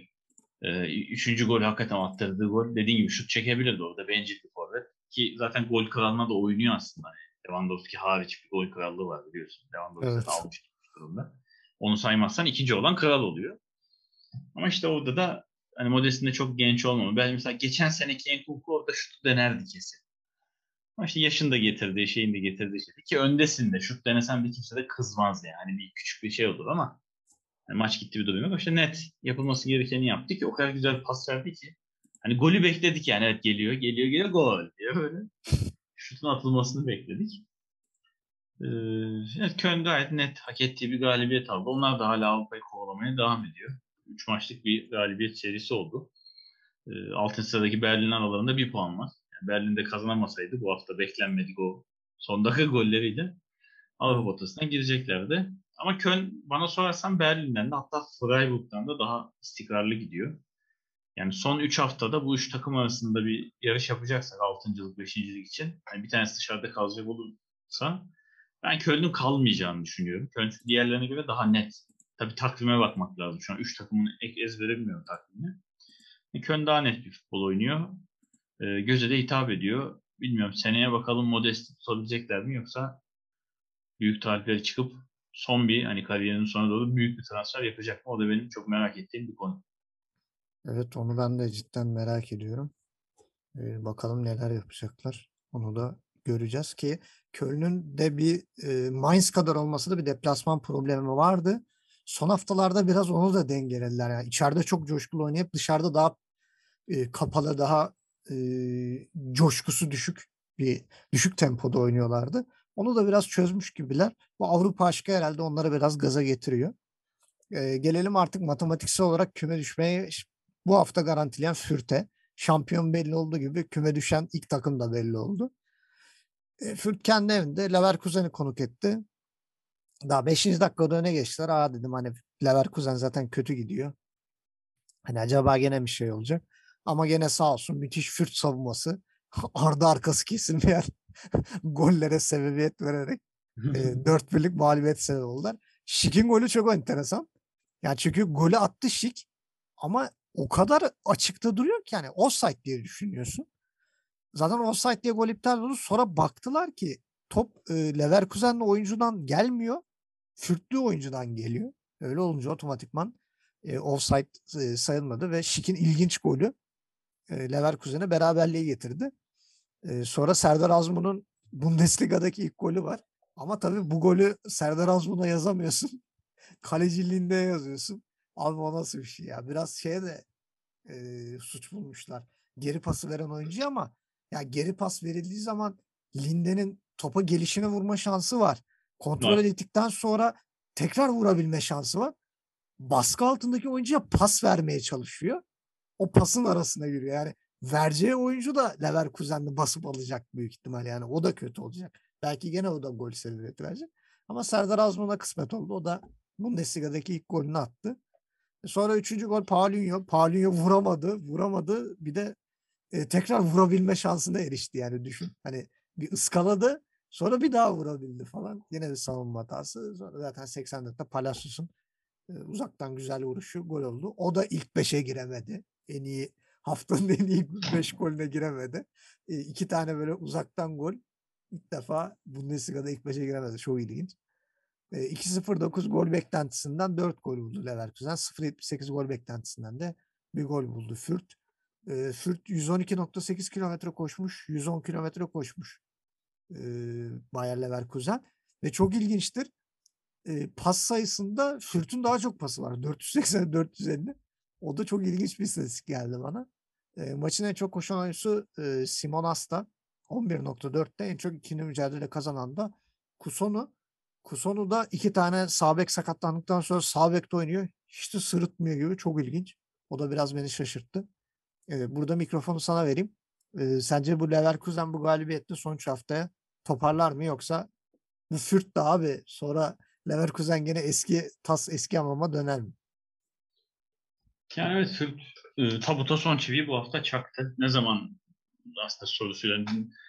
Üçüncü gol hakikaten attırdığı gol. Dediğim gibi şut çekebilirdi orada. Bencil bir forvet. Ki zaten gol kralına da oynuyor aslında. Lewandowski hariç bir gol krallığı var biliyorsun. Lewandowski zaten Evet. almış durumda. Onu saymazsan ikinci olan kral oluyor. Ama işte orada da hani Modest'in de çok genç olmamalı. Ben mesela geçen seneki Enkunku orada şutu denerdi kesin. Ama işte yaşın da getirdiği, şeyin de getirdiği şey. Ki öndesin de şut denesen bir kimse de kızmaz yani. Hani bir küçük bir şey olur ama yani maç gitti bir durum yok. İşte net yapılması gerekeni yaptı ki o kadar güzel pas verdi ki. Hani golü bekledik yani. Evet geliyor, geliyor, geliyor gol diye böyle. Şutun atılmasını bekledik. Ee, evet, Köln gayet net hak ettiği bir galibiyet aldı. Onlar da hala Avrupa'yı kovalamaya devam ediyor. 3 maçlık bir galibiyet serisi oldu. 6. sıradaki Berlin aralarında bir puan var. Yani Berlin'de kazanamasaydı bu hafta beklenmedik o son dakika golleriyle Avrupa Evet. potasına gireceklerdi. Ama Köln bana sorarsan Berlin'den de hatta Freiburg'dan da daha istikrarlı gidiyor. Yani son 3 haftada bu 3 takım arasında bir yarış yapacaksak 6.lık 5.lik için yani bir tanesi dışarıda kalacak olursa ben Köln'ün kalmayacağını düşünüyorum. Köln çünkü diğerlerine göre daha net. Tabii takvime bakmak lazım. Şu an 3 takımın ezbere bilmiyorum takvimini. Köln daha net bir futbol oynuyor. Göze de hitap ediyor. Bilmiyorum seneye bakalım Modest'i tutabilecekler mi yoksa büyük tarihleri çıkıp son bir hani kariyerinin sonuna doğru büyük bir transfer yapacak mı? O da benim çok merak ettiğim bir konu. Evet, onu ben de cidden merak ediyorum. Bakalım neler yapacaklar. Onu da göreceğiz ki Köln'ün de bir Mainz kadar olması da bir deplasman problemi vardı. Son haftalarda biraz onu da dengelediler. Yani içeride çok coşkulu oynayıp dışarıda daha kapalı, daha e, coşkusu düşük bir düşük tempoda oynuyorlardı. Onu da biraz çözmüş gibiler. Bu Avrupa aşkı herhalde onları biraz gaza getiriyor. Gelelim artık matematiksel olarak küme düşmeyi bu hafta garantileyen Fürth'e. Şampiyon belli olduğu gibi küme düşen ilk takım da belli oldu. Fürth kendi evinde Leverkusen'i konuk etti. Daha 5. dakikada öne geçtiler. Aa dedim hani Leverkusen zaten kötü gidiyor. Hani acaba gene bir şey olacak. Ama gene sağ olsun müthiş Fürth savunması. Ardı arkası kesilmeyen gollere sebebiyet vererek 4-1'lik mağlubiyet sebebi oldular. Şik'in golü çok enteresan. Yani çünkü golü attı Şik ama o kadar açıkta duruyor ki yani offside diye düşünüyorsun. Zaten offside diye gol iptal oldu. Sonra baktılar ki top Leverkusen'li oyuncudan gelmiyor. Fürklü oyuncudan geliyor. Öyle olunca otomatikman offside sayılmadı ve Şik'in ilginç golü Leverkusen'e beraberliği getirdi. Sonra Serdar Azmun'un Bundesliga'daki ilk golü var. Ama tabii bu golü Serdar Azmun'a yazamıyorsun. Kaleciliğinde yazıyorsun. Abi o nasıl bir şey ya? Biraz şeye de suç bulmuşlar. Geri pası veren oyuncu ama ya geri pas verildiği zaman Linde'nin topa gelişine vurma şansı var. Kontrol Var. ettikten sonra tekrar vurabilme şansı var. Baskı altındaki oyuncuya pas vermeye çalışıyor. O pasın arasına giriyor. Yani vereceği oyuncu da Leverkusen'de basıp alacak büyük ihtimal. Yani o da kötü olacak. Belki gene o da gol sebebiyeti verecek. Ama Serdar Azmun'a kısmet oldu. O da Bundesliga'daki ilk golünü attı. Sonra üçüncü gol Paulinho. Paulinho vuramadı. Vuramadı. Bir de tekrar vurabilme şansına erişti yani düşün. Hani bir ıskaladı. Sonra bir daha vurabildi falan. Yine bir savunma hatası. Sonra zaten 84'te Palacios'un uzaktan güzel vuruşu gol oldu. O da ilk 5'e giremedi. En iyi haftanın en iyi 5 golüne giremedi. 2 tane böyle uzaktan gol ilk defa Bundesliga'da ilk 5'e giremedi. Çok ilginç. 2.09 gol beklentisinden 4 gol buldu Leverkusen. 0.78 gol beklentisinden de bir gol buldu Fürth. Fürth 112.8 kilometre koşmuş, 110 kilometre koşmuş Bayer Leverkusen. Ve çok ilginçtir. Pas sayısında Fürth'ün daha çok pası var. 480-450. O da çok ilginç bir istatistik geldi bana. Maçın en çok koşan oyuncusu Simon Asta. 11.4'te en çok ikili mücadele kazanan da Kusonu. Kusonu da 2 tane sağ bek sakatlandıktan sonra sağ bekte oynuyor. Hiç de sırıtmıyor gibi. Çok ilginç. O da biraz beni şaşırttı. Burada mikrofonu sana vereyim. Sence bu Leverkusen bu galibiyetle sonuç haftaya toparlar mı yoksa bu Fürth de abi sonra Leverkusen gene eski hamama döner mi? Yani evet, Fürth tabuta son çiviyi bu hafta çaktı. Ne zaman aslında sorusuyla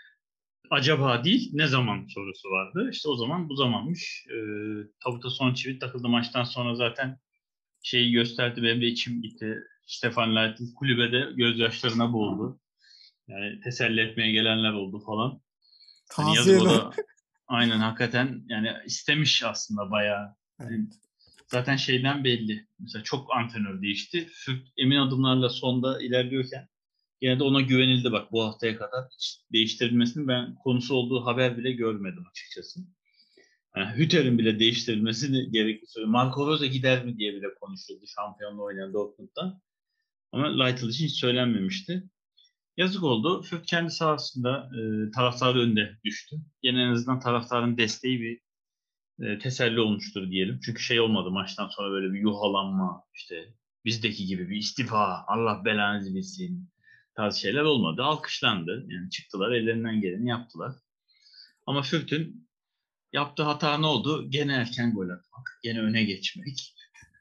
acaba değil, ne zaman sorusu vardı. İşte o zaman bu zamanmış. Tabuta son çivi takıldı maçtan sonra zaten şeyi gösterdi. Benim de içim gitti. Stefan Leitl kulübede gözyaşlarına boğuldu. Yani teselli etmeye gelenler oldu falan. Hani yazık, o Taziyeler. da aynen hakikaten yani istemiş aslında bayağı. Yani Evet. zaten şeyden belli. Mesela çok antrenör değişti. Fürth emin adımlarla sonda ilerliyorken gene de ona güvenildi, bak bu haftaya kadar hiç değiştirilmesini ben konusu olduğu haber bile görmedim açıkçası. Yani Hütter'in bile değiştirilmesini gerekli söylüyorum. Marco Rose gider mi diye bile konuşuldu şampiyonluğu oynayan Dortmund'da. Ama Lytle için hiç söylenmemişti. Yazık oldu. Fürth kendi sahasında taraftarı önde düştü. Yine en azından taraftarın desteği bir teselli olmuştur diyelim. Çünkü şey olmadı maçtan sonra böyle bir yuhalanma, işte bizdeki gibi bir istifa, Allah belanızı bilsin tarzı şeyler olmadı. Alkışlandı. Yani çıktılar, ellerinden geleni yaptılar. Ama Fürth'ün yaptığı hata ne oldu? Gene erken gol atmak. Gene öne geçmek.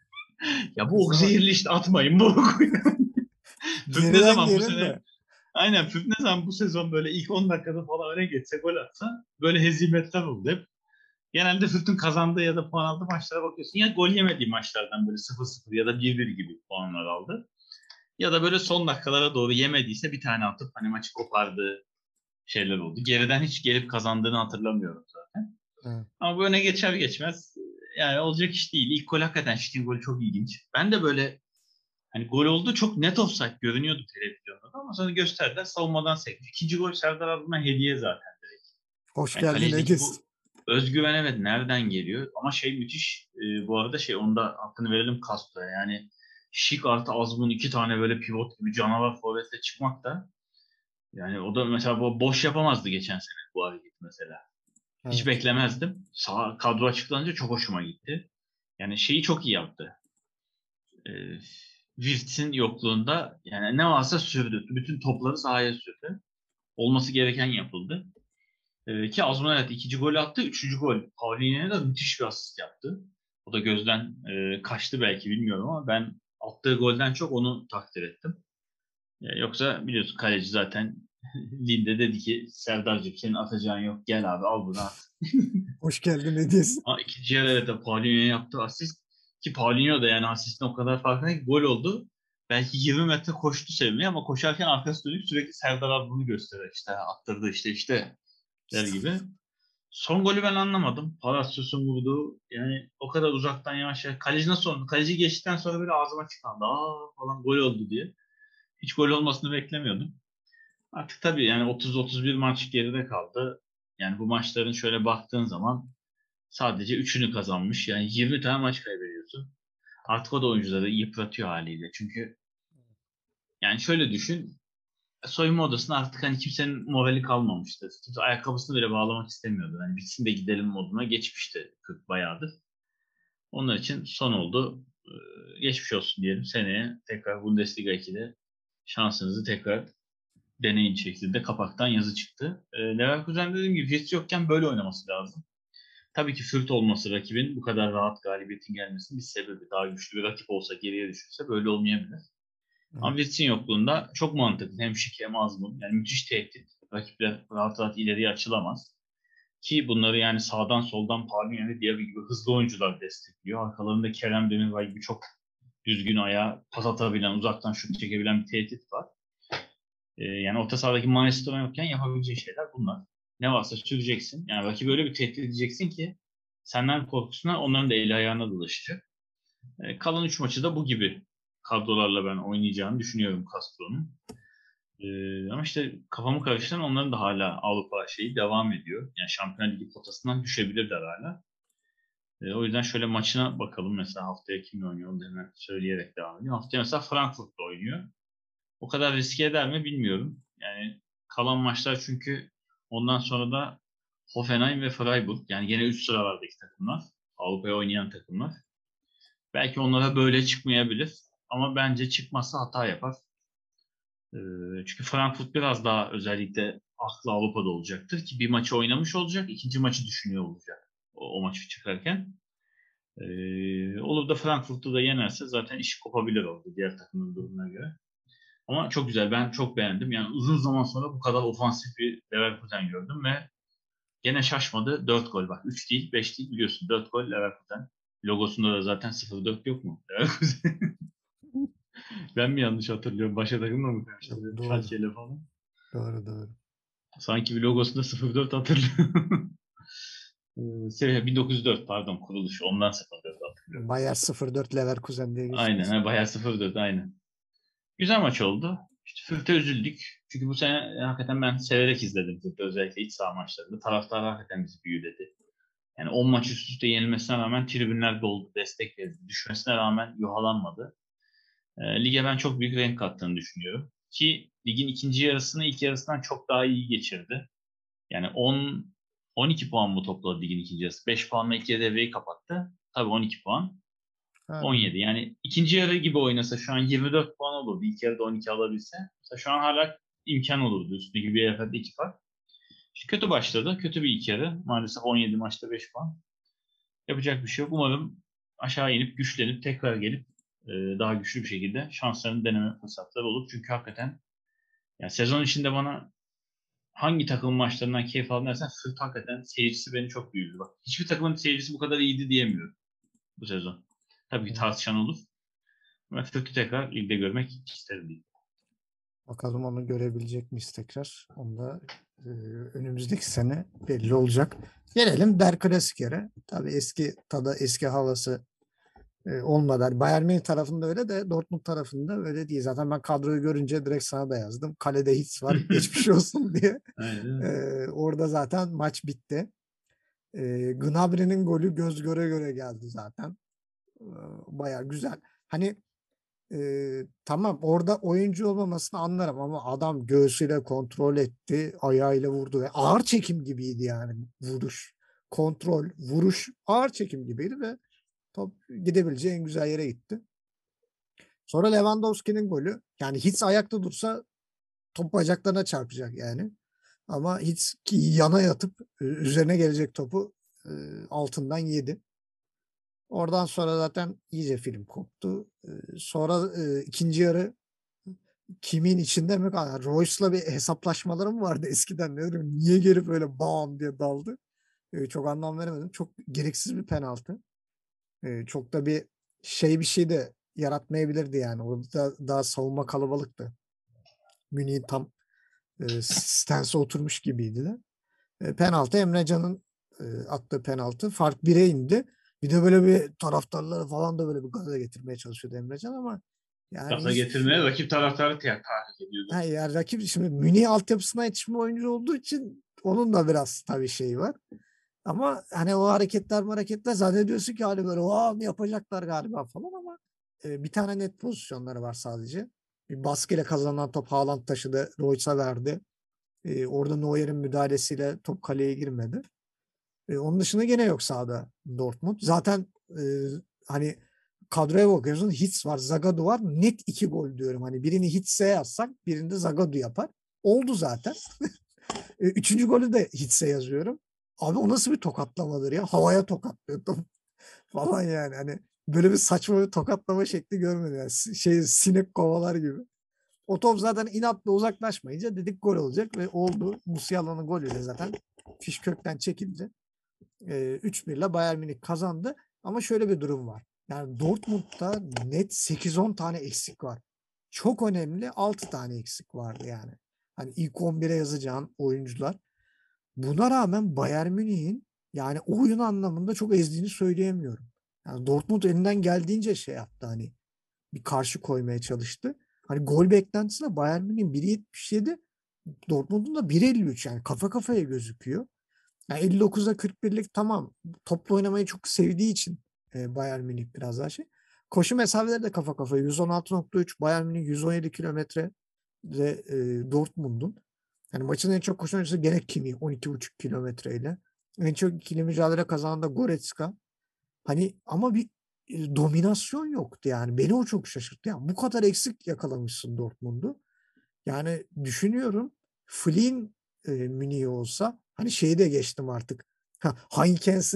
Ya bu ok Kızlar zehirli işte, atmayın bu oku. Fürth ne geriden zaman bu gelin sene de. aynen Fürth ne zaman bu sezon böyle ilk 10 dakikada falan öne geçse, gol atsa böyle hezimetler oldu hep. Genelde Fürth'ün kazandığı ya da puan aldığı maçlara bakıyorsun. Ya gol yemediği maçlardan böyle 0-0 ya da 1-1 gibi puanlar aldı. Ya da böyle son dakikalara doğru yemediyse bir tane atıp hani maçı kopardığı şeyler oldu. Geriden hiç gelip kazandığını hatırlamıyorum zaten. Evet. Ama bu öne geçer geçmez yani olacak iş değil. İlk gol hakikaten, Şik'in golü çok ilginç. Ben de böyle hani gol oldu, çok net offside görünüyordu televizyonda da ama sonra gösterdiler, savunmadan sekmiş. İkinci gol Serdar Adım'a hediye zaten. Hoş Yani geldin kalecideki Ediz. bu özgüven evet nereden geliyor? Ama şey müthiş. Bu arada şey, onu da hakkını verelim Castro'ya. Yani Şik artı Azmun, iki tane böyle pivot gibi canavar forvetle çıkmak da, yani o da mesela bu boş yapamazdı geçen sene bu hareket mesela. Hiç Evet. beklemezdim. Kadro açıklanınca çok hoşuma gitti. Yani şeyi çok iyi yaptı. E, Wirtz'in yokluğunda yani ne varsa sürdü. Bütün topları sahaya sürdü. Olması gereken yapıldı. Ki Azman evet ikinci golü attı. Üçüncü gol Paulinho'ya da müthiş bir asist yaptı. O da gözden kaçtı belki, bilmiyorum ama ben attığı golden çok onu takdir ettim. Yoksa biliyorsun kaleci zaten Linde dedi ki Serdar'cığım senin atacağın yok, gel abi al bunu at. Hoş geldin Ediz. Ama ikinci yarı evet de Paulinho'ya yaptığı asist, ki Paulinho da yani asistin o kadar farkında ki gol oldu. Belki 20 metre koştu sevmeye ama koşarken arkası dönüp sürekli Serdar abi bunu gösterir. İşte attırdı işte der gibi. Son golü ben anlamadım. Palacios'un vurduğu yani o kadar uzaktan yavaş yavaş. Kaleci nasıl oldu? Kaleci geçtikten sonra böyle ağzıma çıkandı. Aa falan gol oldu diye. Hiç gol olmasını beklemiyordum. Artık tabii yani 30-31 maç geride kaldı. Yani bu maçların şöyle baktığın zaman sadece 3'ünü kazanmış. Yani 20 tane maç kaybediyorsun. Artık o da oyuncuları yıpratıyor haliyle. Çünkü yani şöyle düşün. Soyunma odasında artık hani kimsenin morali kalmamıştı. Kimse ayakkabısını bile bağlamak istemiyordu. Hani bitsin de gidelim moduna geçmişti 40 bayağıdır. Onlar için son oldu. Geçmiş olsun diyelim. Seneye tekrar Bundesliga 2'de şansınızı tekrar deneyin şeklinde kapaktan yazı çıktı. Leverkusen dediğim gibi Wirtz yokken böyle oynaması lazım. Tabii ki Fürth olması rakibin bu kadar rahat galibiyetin gelmesinin bir sebebi. Daha güçlü bir rakip olsa, geriye düşürse böyle olmayabilir. Ama Evet. Wirtz'in yokluğunda çok mantıklı. Hem Şik hem Azmun. Yani müthiş tehdit. Rakipler rahat rahat ileriye açılamaz. Ki bunları yani sağdan soldan Palmiye ve Diaby gibi hızlı oyuncular destekliyor. Arkalarında Kerem Demirbay gibi çok düzgün ayağa pas atabilen, uzaktan şut çekebilen bir tehdit var. Yani orta sahadaki maestro yokken yapabileceği şeyler bunlar. Ne varsa süreceksin. Yani rakibi öyle bir tehdit edeceksin ki senden korkusuna onların da eli ayağına dolaşacak. Kalan 3 maçı da bu gibi kadrolarla ben oynayacağını düşünüyorum Castro'nun. Ama işte kafamı karıştıran, onların da hala Avrupa şeyi devam ediyor. Yani Şampiyonlar Ligi potasından düşebilirler hala. O yüzden şöyle maçına bakalım. Mesela haftaya kimle oynuyor onu da hemen söyleyerek devam edeyim. Haftaya mesela Frankfurt'la oynuyor. O kadar riske eder mi bilmiyorum. Yani kalan maçlar çünkü ondan sonra da Hoffenheim ve Freiburg. Yani gene üst sıralardaki takımlar. Avrupa'ya oynayan takımlar. Belki onlara böyle çıkmayabilir. Ama bence çıkmazsa hata yapar. Çünkü Frankfurt biraz daha özellikle aklı Avrupa'da olacaktır ki bir maçı oynamış olacak, ikinci maçı düşünüyor olacak o maçı çıkarken. Olur da Frankfurt'u da yenerse zaten iş kopabilir oldu diğer takımın durumuna göre. Ama çok güzel. Ben çok beğendim. Yani uzun zaman sonra bu kadar ofansif bir Leverkusen gördüm ve gene şaşmadı. 4 gol bak. 3 değil, 5 değil biliyorsun. 4 gol Leverkusen. Logosunda da zaten 0-4 yok mu? Leverkusen. Ben mi yanlış hatırlıyorum? Başka takımla mı Yok, karıştırıyorum? doğru. Schalke'yle falan. Doğru. Sanki bir logosunda 0-4 hatırlıyorum. Seviye 1904 pardon kuruluş. Ondan 0-4 hatırlıyorum. Bayer 0-4 Leverkusen diye Aynen. geçmesin. Ha, bayağı 0-4 aynen. Güzel maç oldu. İşte Fürth'e üzüldük. Çünkü bu sene hakikaten ben severek izledim Fürth'te özellikle iç saha maçlarında. Taraftar hakikaten bizi büyüledi. Yani 10 maç üst üste yenilmesine rağmen tribünler doldu, destek verdi. Düşmesine rağmen yuhalanmadı. Lige ben çok büyük renk kattığını düşünüyorum. Ki ligin ikinci yarısını ilk yarısından çok daha iyi geçirdi. Yani 12 puan mı topladı ligin ikinci yarısı? 5 puanla ilk yarı devreyi kapattı. Tabii 12 puan. Ha, 17. Yani ikinci yarı gibi oynasa şu an 24 puan olurdu. İlk yarıda 12 alabilse. Mesela şu an hala imkan olurdu. Üstündeki bir EFF'de 2 fark. İşte kötü başladı. Kötü bir ilk yarı. Maalesef 17 maçta 5 puan. Yapacak bir şey yok. Umarım aşağı inip güçlenip tekrar gelip daha güçlü bir şekilde şanslarını deneme fırsatları olur. Çünkü hakikaten yani sezon içinde bana hangi takım maçlarından keyif aldın dersen Fürth hakikaten seyircisi beni çok büyüdü. Bak hiçbir takımın seyircisi bu kadar iyiydi diyemiyorum bu sezon. Tabii ki evet. tartışan olur. Ben Fürth'ü tekrar ligde görmek isterim diyeyim. Bakalım onu görebilecek miyiz tekrar? Onu da önümüzdeki sene belli olacak. Gelelim Der Klasikere. Tabii eski tadı, eski havası olmadan. Bayern Münih tarafında öyle de Dortmund tarafında öyle değil. Zaten ben kadroyu görünce direkt sana da yazdım. Kalede Hitz var. Geçmiş olsun diye. Aynen. Orada zaten maç bitti. Gnabry'nin golü göz göre göre geldi zaten. Baya güzel. Hani tamam orada oyuncu olmamasını anlarım ama adam göğsüyle kontrol etti, ayağıyla vurdu ve ağır çekim gibiydi yani vuruş, kontrol, vuruş ağır çekim gibiydi ve top gidebileceği en güzel yere gitti. Sonra Lewandowski'nin golü yani hiç ayakta dursa top bacaklarına çarpacak yani. Ama hiç yana yatıp üzerine gelecek topu altından yedi. Oradan sonra zaten iyice film koptu. Sonra ikinci yarı kimin içinde mi kaldı? Royce'la bir hesaplaşmaları mı vardı eskiden? Ne diyorum? Niye geri böyle bam diye daldı? Çok anlam veremedim. Çok gereksiz bir penaltı. Çok da bir şey de yaratmayabilirdi yani. Orada daha savunma kalabalıktı. Münih'in tam stance'e oturmuş gibiydi de. Penaltı Emre Can'ın attığı penaltı. Fark 1'e indi. Bir de böyle bir taraftarları falan da böyle bir gaza getirmeye çalışıyordu Emre Can ama yani Gaza hiçbir şey getirmeye yok. rakip taraftarı tahrik ediyordu. Ha, yani rakip şimdi Münih altyapısına yetişme oyuncu olduğu için onun da biraz tabii şeyi var. Ama hani o hareketler zannediyorsun ki hani böyle mı yapacaklar galiba falan ama bir tane net pozisyonları var sadece. Bir baskıyla kazanılan top Haaland taşıdı. Royce'a verdi. Orada Neuer'in müdahalesiyle top kaleye girmedi. Onun dışında gene yok sahada Dortmund. Zaten hani kadroya bakıyorsun Hitz var, Zagadou var. Net 2 gol diyorum. Hani birini Hitz'e yazsak birini de Zagadou yapar. Oldu zaten. Üçüncü golü de Hitz'e yazıyorum. Abi o nasıl bir tokatlamadır ya? Havaya tokatlıyor top falan yani. Hani böyle bir saçma bir tokatlama şekli görmedim. Yani sinek kovalar gibi. O top zaten inatla uzaklaşmayınca dedik gol olacak ve oldu. Musiala'nın golüyle zaten fiş kökten çekildi. 3-1 ile Bayern Münih kazandı. Ama şöyle bir durum var. Yani Dortmund'da net 8-10 tane eksik var. Çok önemli 6 tane eksik vardı yani. Hani ilk 11'e yazacağın oyuncular. Buna rağmen Bayern Münih'in yani oyun anlamında çok ezdiğini söyleyemiyorum. Yani Dortmund elinden geldiğince şey yaptı hani bir karşı koymaya çalıştı. Hani gol beklentisine Bayern Münih'in 1.77 Dortmund'un da 1.53 yani kafa kafaya gözüküyor. Yani 59'a 41'lik tamam toplu oynamayı çok sevdiği için Bayern Münih biraz daha şey. Koşu mesafeleri de kafa kafaya 116.3 Bayern Münih 117 kilometre ve Dortmund'un. Yani maçın en çok koşan oyuncusu gene Kimi 12,5 kilometreyle. En çok ikili mücadele kazanan da Goretzka. Hani ama bir dominasyon yoktu yani. Beni o çok şaşırttı. Yani bu kadar eksik yakalamışsın Dortmund'u. Yani düşünüyorum Flynn Münih olsa hani şeyi de geçtim artık. Heinkens'in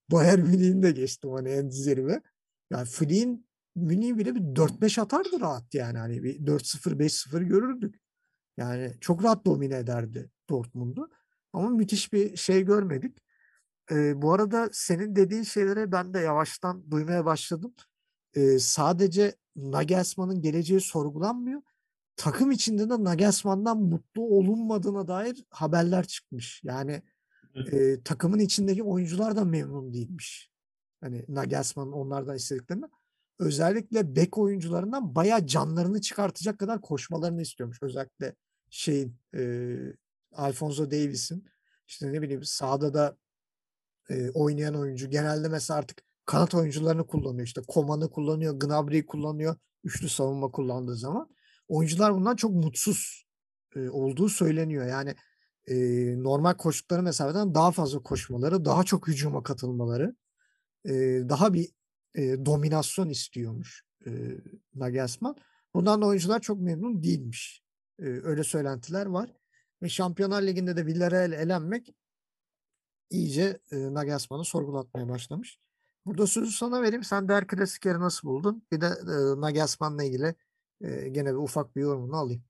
Bayern Münih'in de geçtim hani en zirve. Yani Flick'in Münih bile bir 4-5 atardı rahat yani. Hani bir 4-0 5-0 görürdük. Yani çok rahat domine ederdi Dortmund'u. Ama müthiş bir şey görmedik. Bu arada senin dediğin şeylere ben de yavaştan duymaya başladım. Sadece Nagelsmann'ın geleceği sorgulanmıyor. Takım içinde de Nagelsmann'dan mutlu olunmadığına dair haberler çıkmış. Yani takımın içindeki oyuncular da memnun değilmiş. Hani Nagelsmann'ın onlardan istediklerinden. Özellikle bek oyuncularından bayağı canlarını çıkartacak kadar koşmalarını istiyormuş. Özellikle şeyin Alphonso Davies'in işte ne bileyim sahada da oynayan oyuncu. Genelde mesela artık kanat oyuncularını kullanıyor. İşte Coman'ı kullanıyor, Gnabry'i kullanıyor. Üçlü savunma kullandığı zaman. Oyuncular bundan çok mutsuz olduğu söyleniyor. Yani e, normal koştukları mesafeden daha fazla koşmaları, daha çok hücuma katılmaları, e, daha bir dominasyon istiyormuş Nagelsmann. Bundan da oyuncular çok memnun değilmiş. Öyle söylentiler var. Ve Şampiyonlar Ligi'nde de Villarreal elenmek iyice Nagelsmann'ı sorgulatmaya başlamış. Burada sözü sana vereyim. Sen Der Klasikeri nasıl buldun? Bir de Nagelsmann'la ilgili gene bir ufak bir yorumunu alayım.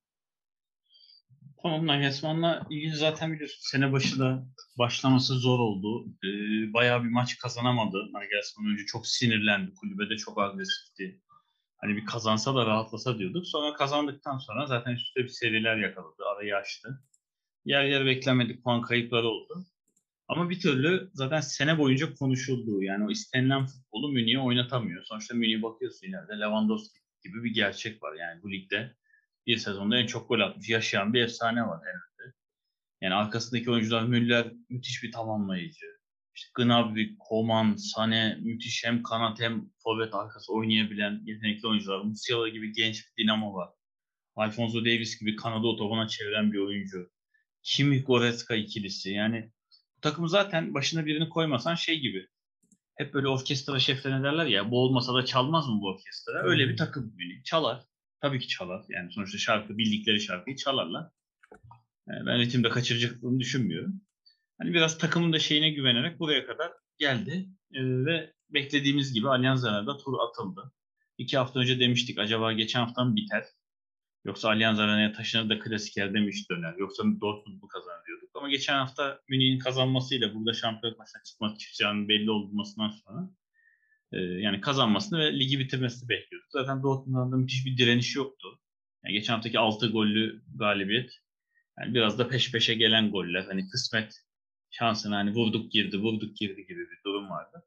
Tamam, Nagelsmann'la ilgili zaten biliyorsun sene başı da başlaması zor oldu. Bayağı bir maç kazanamadı. Nagelsmann önce çok sinirlendi. Kulübede çok agresifti. Hani bir kazansa da rahatlasa diyorduk. Sonra kazandıktan sonra zaten üstte bir seriler yakaladı. Arayı açtı. Yer yer beklemedik puan kayıpları oldu. Ama bir türlü zaten sene boyunca konuşulduğu yani o istenilen futbolu Münih'e oynatamıyor. Sonuçta Münih'e bakıyorsun ileride Lewandowski gibi bir gerçek var. Yani bu ligde bir sezonda en çok gol atmış yaşayan bir efsane var herhalde. Yani arkasındaki oyuncular Müller müthiş bir tamamlayıcı. İşte Gnabry, Coman, Sané müthiş hem kanat hem forvet arkası oynayabilen yetenekli oyuncular. Musiala gibi genç bir dinamo var. Alphonso Davies gibi kanadı otobana çeviren bir oyuncu. Kimmich Goretzka ikilisi. Yani bu takımı zaten başına birini koymasan şey gibi. Hep böyle orkestra şeflerine derler ya bu olmasa da çalmaz mı bu orkestra? Öyle bir takım yani. Çalar. Tabii ki çalar. Yani sonuçta şarkı bildikleri şarkıyı çalarlar. Yani ben ritimde kaçıracaklarını düşünmüyorum. Hani biraz takımın da şeyine güvenerek buraya kadar geldi. Ve beklediğimiz gibi Allianz Arena'da tur atıldı. 2 hafta önce demiştik acaba geçen hafta mı biter? Yoksa Allianz Arena'ya taşınır da klasik yerde mi iş döner? Yoksa Dortmund mu kazanır diyorduk. Ama geçen hafta Münih'in kazanmasıyla burada şampiyonluk maçına çıkacağının belli olmasından sonra yani kazanmasını ve ligi bitirmesini bekliyorduk. Zaten Dortmund'da müthiş bir direniş yoktu. Yani geçen haftaki 6 gollü galibiyet. Yani biraz da peş peşe gelen goller. Hani kısmet şansına hani vurduk girdi, vurduk girdi gibi bir durum vardı.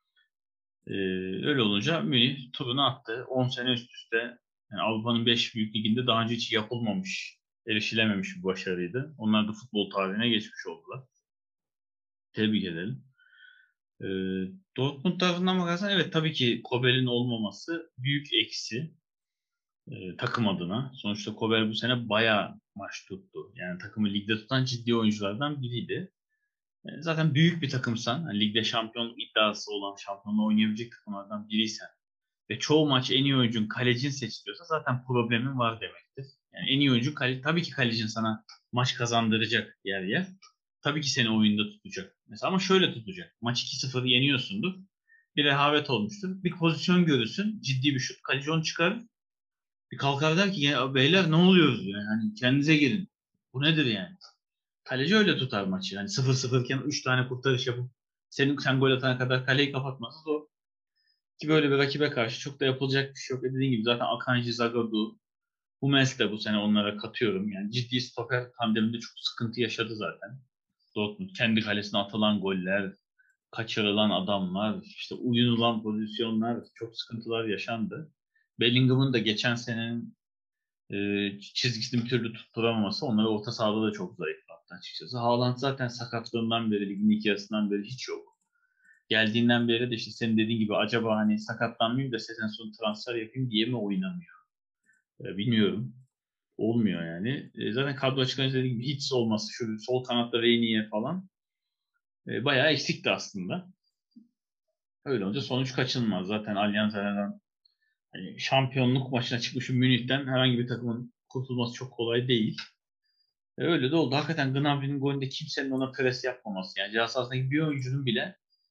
Öyle olunca Münih turunu attı. 10 sene üst üste yani Avrupa'nın 5 büyük liginde daha önce hiç yapılmamış, erişilememiş bir başarıydı. Onlar da futbol tarihine geçmiş oldular. Tebrik edelim. Ee, Dortmund tarafından bakarsan evet tabii ki Kobel'in olmaması büyük eksi takım adına. Sonuçta Kobel bu sene bayağı maç tuttu. Yani takımı ligde tutan ciddi oyunculardan biriydi. Zaten büyük bir takımsan, hani ligde şampiyonluk iddiası olan, şampiyonluğu oynayabilecek takımlardan biriysen ve çoğu maç en iyi oyuncun kalecin seçiliyorsa zaten problemin var demektir. Yani en iyi oyuncu tabii ki kalecin sana maç kazandıracak yer yer. Tabii ki seni oyunda tutacak. Mesela ama şöyle tutacak. Maç 2-0 yeniyorsundur. Bir rehavet olmuştur. Bir pozisyon görürsün. Ciddi bir şut. Kaleci onu çıkarır. Bir kalkar der ki ya beyler ne oluyoruz yani? Hani kendinize gelin. Bu nedir yani? Kaleci öyle tutar maçı. Yani 0-0 iken 3 tane kurtarış yapıp sen gol atana kadar kaleyi kapatması zor. Ki böyle bir rakibe karşı çok da yapılacak bir şey yok. Dediğim gibi zaten Akanji, Zagadou, Hummels de bu sene onlara katıyorum. Yani ciddi stoper tandeminde çok sıkıntı yaşadı zaten. Dortmund kendi kalesine atılan goller, kaçırılan adamlar, işte uyunulan pozisyonlar, çok sıkıntılar yaşandı. Bellingham'ın da geçen senenin çizgisini bir türlü tutturamaması onları orta sahada da çok zayıflattı açıkçası. Haaland zaten sakatlığından beri, ligin ilk yarısından beri hiç yok. Geldiğinden beri de işte senin dediğin gibi acaba hani sakatlanmayayım da sezon sonu transfer yapayım diye mi oynamıyor? Bilmiyorum. Olmuyor yani. Zaten kadro açıklanınca dediğim gibi hiç olması, şu sol kanatta Reinier falan bayağı eksikti aslında. Öyle olunca sonuç kaçınılmaz. Zaten Allianz Arena'dan hani şampiyonluk maçına çıkmışım Münih'ten herhangi bir takımın kurtulması çok kolay değil. Öyle de oldu. Hakikaten Gnabry'nin golünde kimsenin ona pres yapmaması. Yani ceza sahasındaki bir oyuncunun bile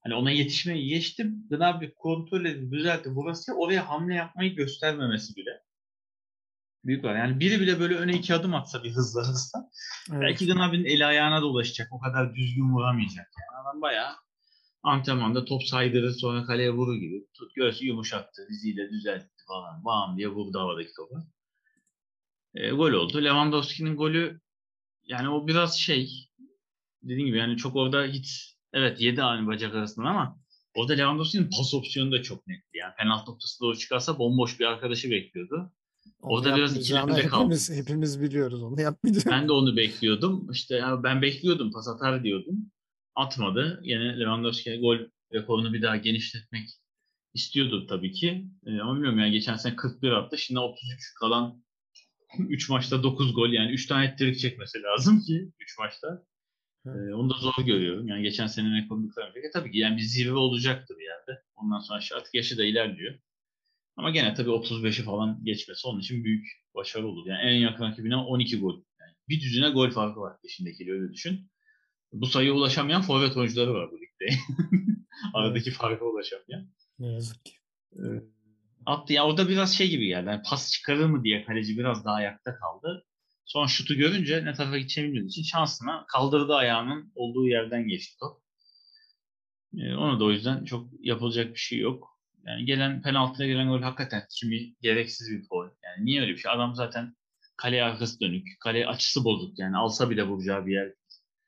Hani ona yetişmeyi geçtim. Gnabry kontrol edip düzeltti. Burası oraya hamle yapmayı göstermemesi bile büyük var. Yani biri bile böyle öne 2 adım atsa bir hızla belki Evet. Gnabry'nin eli ayağına dolaşacak. O kadar düzgün vuramayacak. Yani adam bayağı antrenmanda top saydırır sonra kaleye vurur gibi. Göğsü yumuşattı. Diziyle düzeltti falan. Bam diye vurdu havadaki topu. Gol oldu. Lewandowski'nin golü yani o biraz dediğim gibi yani çok orada hiç evet yedi aynı bacak arasından ama orada Lewandowski'nin pas opsiyonu da çok netti. Yani penaltı noktası doğru çıkarsa bomboş bir arkadaşı bekliyordu. Onu Orada biraz yapmayacağını ikilemde kaldı. hepimiz biliyoruz, onu yapmayacağını. Ben de onu bekliyordum. İşte ya ben bekliyordum pas atar diyordum. Atmadı. Yine Lewandowski gol rekorunu bir daha genişletmek istiyordu tabii ki. Ama bilmiyorum yani geçen sene 41 attı. Şimdi 33 kalan 3 maçta 9 gol. Yani 3 tane hat-trick çekmesi lazım ki 3 maçta. Onu da zor görüyorum. Yani geçen senenin rekorunu kıramayacak. Tabii ki yani bir zirve olacaktır bir yerde. Ondan sonra artık yaşı da ilerliyor. Ama gene tabii 35'i falan geçmesi onun için büyük başarı olur. Yani en yakın rakibine 12 gol. Yani bir düzine gol farkı var peşindekiyle öyle düşün. Bu sayıya ulaşamayan forvet oyuncuları var bu ligde. Aradaki Evet. farka ulaşamayan. Ne yazık ki. Ee, Attı ya orada biraz gibi geldi. Yani pas çıkarır mı diye kaleci biraz daha ayakta kaldı. Son şutu görünce ne tarafa gideceğini bilmediği için şansına kaldırdı ayağının olduğu yerden geçti top. Ona da o yüzden çok yapılacak bir şey yok. Yani penaltıya gelen gol hakikaten kimi gereksiz bir gol. Yani niye öyle bir şey? Adam zaten kale arkası dönük. Kale açısı bozuk. Yani alsa bile vuracağı bir yer.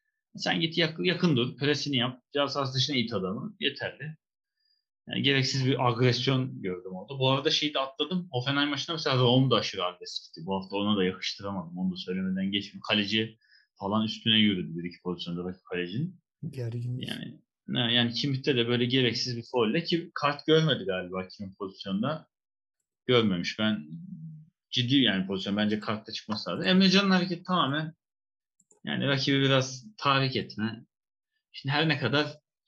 Sen git yakın dur. Presini yap. Ceza sahası dışına it adamı. Yeterli. Yani gereksiz bir agresyon gördüm orada. Bu arada şeyi de atladım. Hoffenheim maçında mesela Raum da aşırı agresifti. Bu hafta ona da yakıştıramadım. Onu da söylemeden geçmiyor. Kaleci falan üstüne yürüdü bir iki pozisyonda rakip kalecinin. Gerginlik. Yani Kimmih'te de böyle gereksiz bir faulle ki kart görmedi galiba kimin pozisyonda. Görmemiş. Ben ciddi yani pozisyon. Bence kartta çıkması lazım. Emrecan'ın hareketi tamamen yani rakibi biraz tahrik etme. Şimdi her ne kadar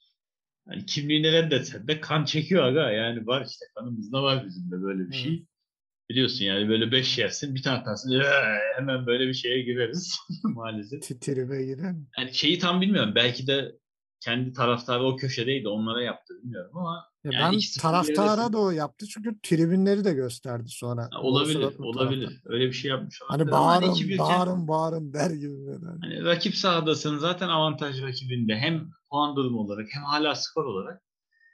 hani kimliğini reddetsen de kan çekiyor aga. Yani var işte kanımızda var bizim de böyle bir Evet. şey. Biliyorsun yani böyle 5 yersin bir tane atarsın hemen böyle bir şeye gireriz maalesef. Tribe giren. Yani şeyi tam bilmiyorum. Belki de kendi taraftarı o köşedeydi. Onlara yaptı bilmiyorum ama Ya yani ben 2-0 taraftara geridesin. da o yaptı çünkü tribünleri de gösterdi sonra Ha, Borussia olabilir. Dortmund taraftar. Olabilir. Öyle bir şey yapmış Hani olabilir ama hani bağırın, 2-1'ken bağırın, bağırın der gibi böyle. hani rakip sahadasın zaten avantaj rakibinde. Hem puan durumu olarak hem hala skor olarak.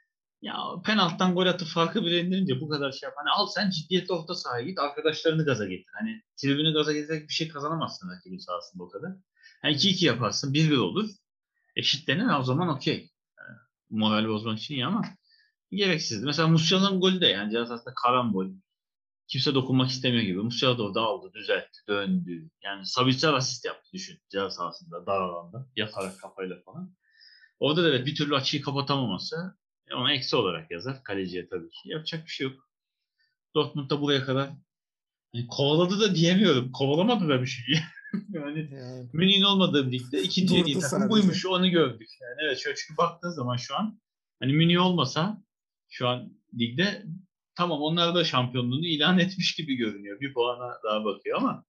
Ya penaltıdan gol atıp farkı bile indirince bu kadar şey yap. Hani al sen ciddiyetli orta sahaya git arkadaşlarını gaza getir. Hani tribünü gaza getirerek bir şey kazanamazsın rakibin sahasında o kadar. Hani Evet. 2-2 yaparsın 1-1 olur. Eşitlenir o zaman okey. Moral bozmak için iyi ama gereksizdi. Mesela Musiala'nın golü de yani ceza sahasında karambol. Kimse dokunmak istemiyor gibi. Musiala da orada aldı, düzeltti, döndü. Yani Sabitzer asist yaptı düşün. Ceza sahasında, dar alanda. Yatarak kafayla falan. Orada da evet bir türlü açıyı kapatamaması ona eksi olarak yazar. Kaleciye tabii ki. Yapacak bir şey yok. Dortmund da buraya kadar hani kovaladı da diyemiyorum. Kovalamadı da bir şey. Yani Yani Münih'in olmadığı bir ligde ikinci en iyi durdu takım sadece. buymuş. Onu gördük. Yani evet şöyle çünkü baktığın zaman şu an hani Münih olmasa şu an ligde tamam onlar da şampiyonluğunu ilan etmiş gibi görünüyor. Bir puana daha bakıyor ama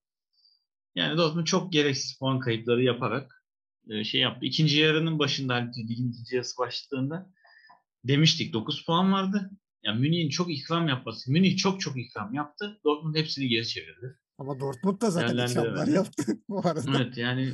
yani Dortmund çok gereksiz puan kayıpları yaparak şey yaptı. İkinci yarının başında hani ligin ikinci yarısı başladığında demiştik 9 puan vardı. Yani Münih'in çok ikram yapması. Münih çok çok ikram yaptı. Dortmund hepsini geri çevirdi. Ama Dortmund da zaten ikramlar Değerlendiremedi. yaptı bu arada. Evet yani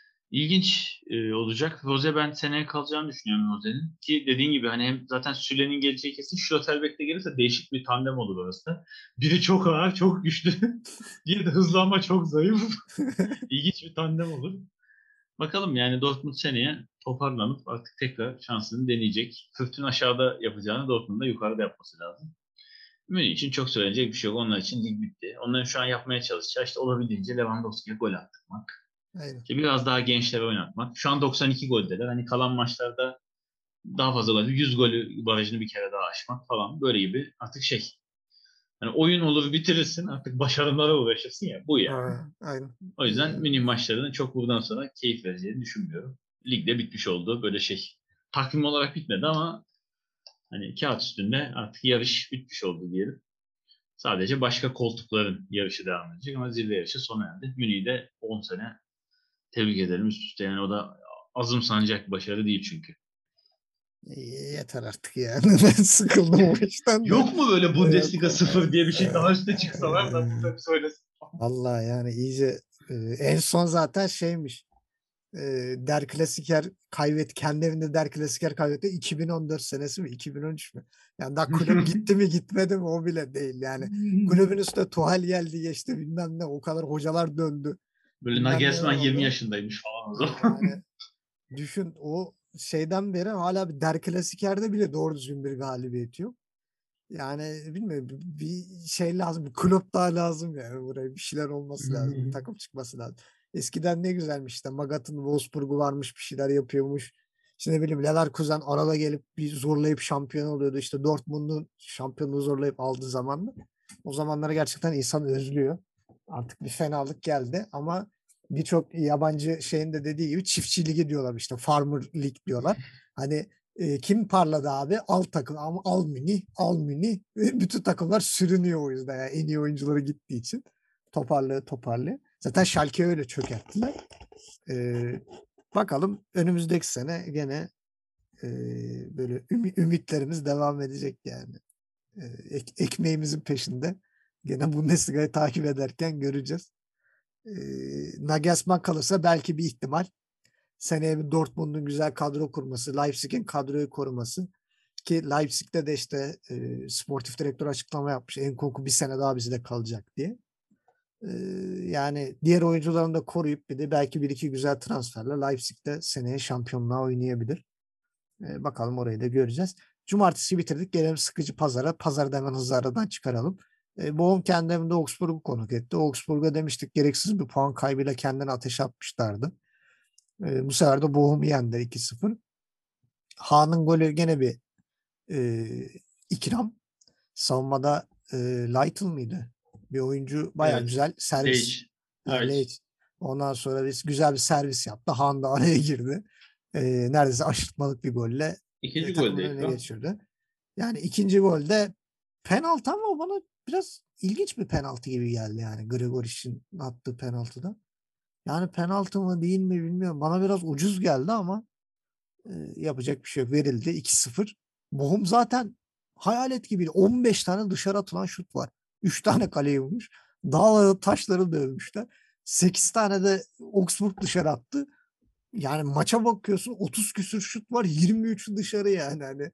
İlginç olacak. Rose ben seneye kalacağını düşünüyorum Rose'nin. Ki dediğin gibi hani hem zaten Süle'nin geleceği kesin. Schlotterbeck de gelirse değişik bir tandem olur orası. Biri çok ağır, çok güçlü. Diğeri de hızlı ama çok zayıf. İlginç bir tandem olur. Bakalım yani Dortmund seneye toparlanıp artık tekrar şansını deneyecek. Fürtün aşağıda yapacağını Dortmund'da yukarıda yapması lazım. Münih için çok söylenecek bir şey yok. Onlar için lig bitti. Onların şu an yapmaya çalışacağı işte olabildiğince Lewandowski'ye gol attırmak. Aynen. İşte biraz daha gençlere oynatmak. Şu an 92 goldeler. Hani kalan maçlarda daha fazla gol, 100 golü barajını bir kere daha aşmak falan böyle gibi artık hani oyun olur bitirirsin artık başarılara uğraşırsın ya bu yani. Aynen. O yüzden mini maçlarının çok buradan sonra keyif vereceğini düşünmüyorum. Ligde bitmiş oldu böyle takvim olarak bitmedi ama hani kağıt üstünde artık yarış bitmiş oldu diyelim. Sadece başka koltukların yarışı devam edecek ama zirve yarışı sona erdi. Münih'i de 10 sene tebrik ederim üst üste yani o da azımsanacak başarı değil çünkü. Yeter artık yani. Ben sıkıldım o işten de. Yok mu böyle Bundesliga Evet. 0 diye bir şey daha üstte çıksalar da burada bir söylesin. Vallahi yani iyice en son zaten şeymiş. Der Klasiker kendi evinde Der Klasiker kaybetti. 2014 senesi mi? 2013 mü? Yani daha kulüp gitti mi gitmedi mi o bile değil. Yani kulübün üstüne Tuhal geldi geçti bilmem ne. O kadar hocalar döndü. Böyle Bilmem neler Nagelsmann 20 oldu. yaşındaymış falan o zaman. Yani düşün o şeyden beri hala bir Der Klasiker'de bile doğru düzgün bir galibiyet yok. Yani bilmiyorum bir şey lazım. Bir kulüp daha lazım yani buraya. Bir şeyler olması lazım. Bir takım çıkması lazım. Eskiden ne güzelmiş işte. Magat'ın Wolfsburg'u varmış bir şeyler yapıyormuş. İşte ne bileyim Leverkusen arada gelip bir zorlayıp şampiyon oluyordu. İşte Dortmund'un şampiyonluğu zorlayıp aldığı zamanlar. O zamanları gerçekten insan özlüyor. Artık bir fenalık geldi ama birçok yabancı şeyin de dediği gibi çiftçi ligi diyorlar işte. Farmer Lig diyorlar. Hani kim parladı abi? Al takım ama al Münih. Bütün takımlar sürünüyor o yüzden. Yani en iyi oyuncuları gittiği için. Toparlı. Zaten Schalke'yi öyle çökerttiler. Bakalım önümüzdeki sene gene böyle ümitlerimiz devam edecek yani. Ekmeğimizin peşinde. Gene Bundesliga'yı takip ederken göreceğiz. Nagelsmann kalırsa belki bir ihtimal. Seneye bir Dortmund'un güzel kadro kurması, Leipzig'in kadroyu koruması ki Leipzig'te de işte sportif direktör açıklama yapmış. Enkunku bir sene daha bizde kalacak diye. Yani diğer oyuncularını da koruyup bir de belki bir iki güzel transferle Leipzig'te seneye şampiyonluğa oynayabilir. Bakalım orayı da göreceğiz. Cumartesi bitirdik. Gelelim sıkıcı pazara. Pazarda hemen hızlı aradan çıkaralım. Bochum kendi evinde Augsburg'u konuk etti. Augsburg'a demiştik gereksiz bir puan kaybıyla kendini ateşe atmışlardı. Bu sefer de Bochum'u yendiler 2-0. Haan'ın golü gene bir e, ikram. Savunmada Lytle mıydı? Bir oyuncu baya Evet. güzel servis. Leitch. Leitch. Ondan sonra güzel bir servis yaptı. Haan da araya girdi. Neredeyse aşırtmalık bir golle İkinci gol takımın de önüne ekran. geçirdi. Yani ikinci golde penaltı ama bana biraz ilginç bir penaltı gibi geldi yani Gregoric'in attığı penaltıda. Yani penaltı mı değil mi bilmiyorum. Bana biraz ucuz geldi ama yapacak bir şey yok. Verildi 2-0. Bochum zaten hayalet gibi 15 tane dışarı atılan şut var. 3 tane kaleye vurmuş. Dağları taşları dövmüşler. 8 tane de Augsburg dışarı attı. Yani maça bakıyorsun 30 küsür şut var. 23'ü dışarı yani. Hani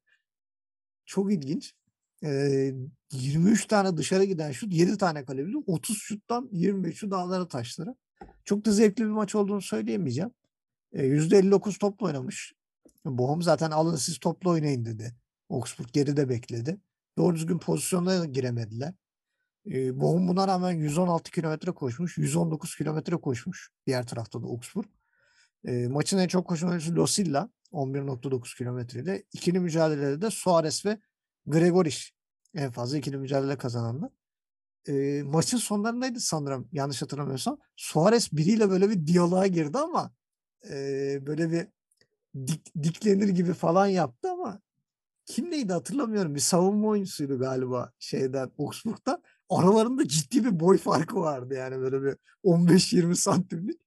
çok ilginç. Ee, 23 tane dışarı giden şut 7 tane kale buldu. 30 şuttan 23'ü dağlara taşlara. Çok da zevkli bir maç olduğunu söyleyemeyeceğim. %59 topla oynamış. Bochum zaten alın siz topla oynayın dedi. Augsburg geride bekledi. Doğru düzgün pozisyonlara giremediler. Bochum buna rağmen 116 kilometre koşmuş. 119 kilometre koşmuş. Diğer tarafta da Augsburg. Maçın en çok koşan oyuncusu Losilla 11,9 kilometreyle. İkili mücadelede de Suarez ve Gregoric en fazla ikili mücadele kazananlar. Maçın sonlarındaydı sanırım yanlış hatırlamıyorsam. Suarez biriyle böyle bir diyaloğa girdi ama böyle bir diklenir gibi falan yaptı ama kimleydi hatırlamıyorum. Bir savunma oyuncusuydu galiba şeyden Augsburg'dan. Aralarında ciddi bir boy farkı vardı yani böyle bir 15-20 santimlik.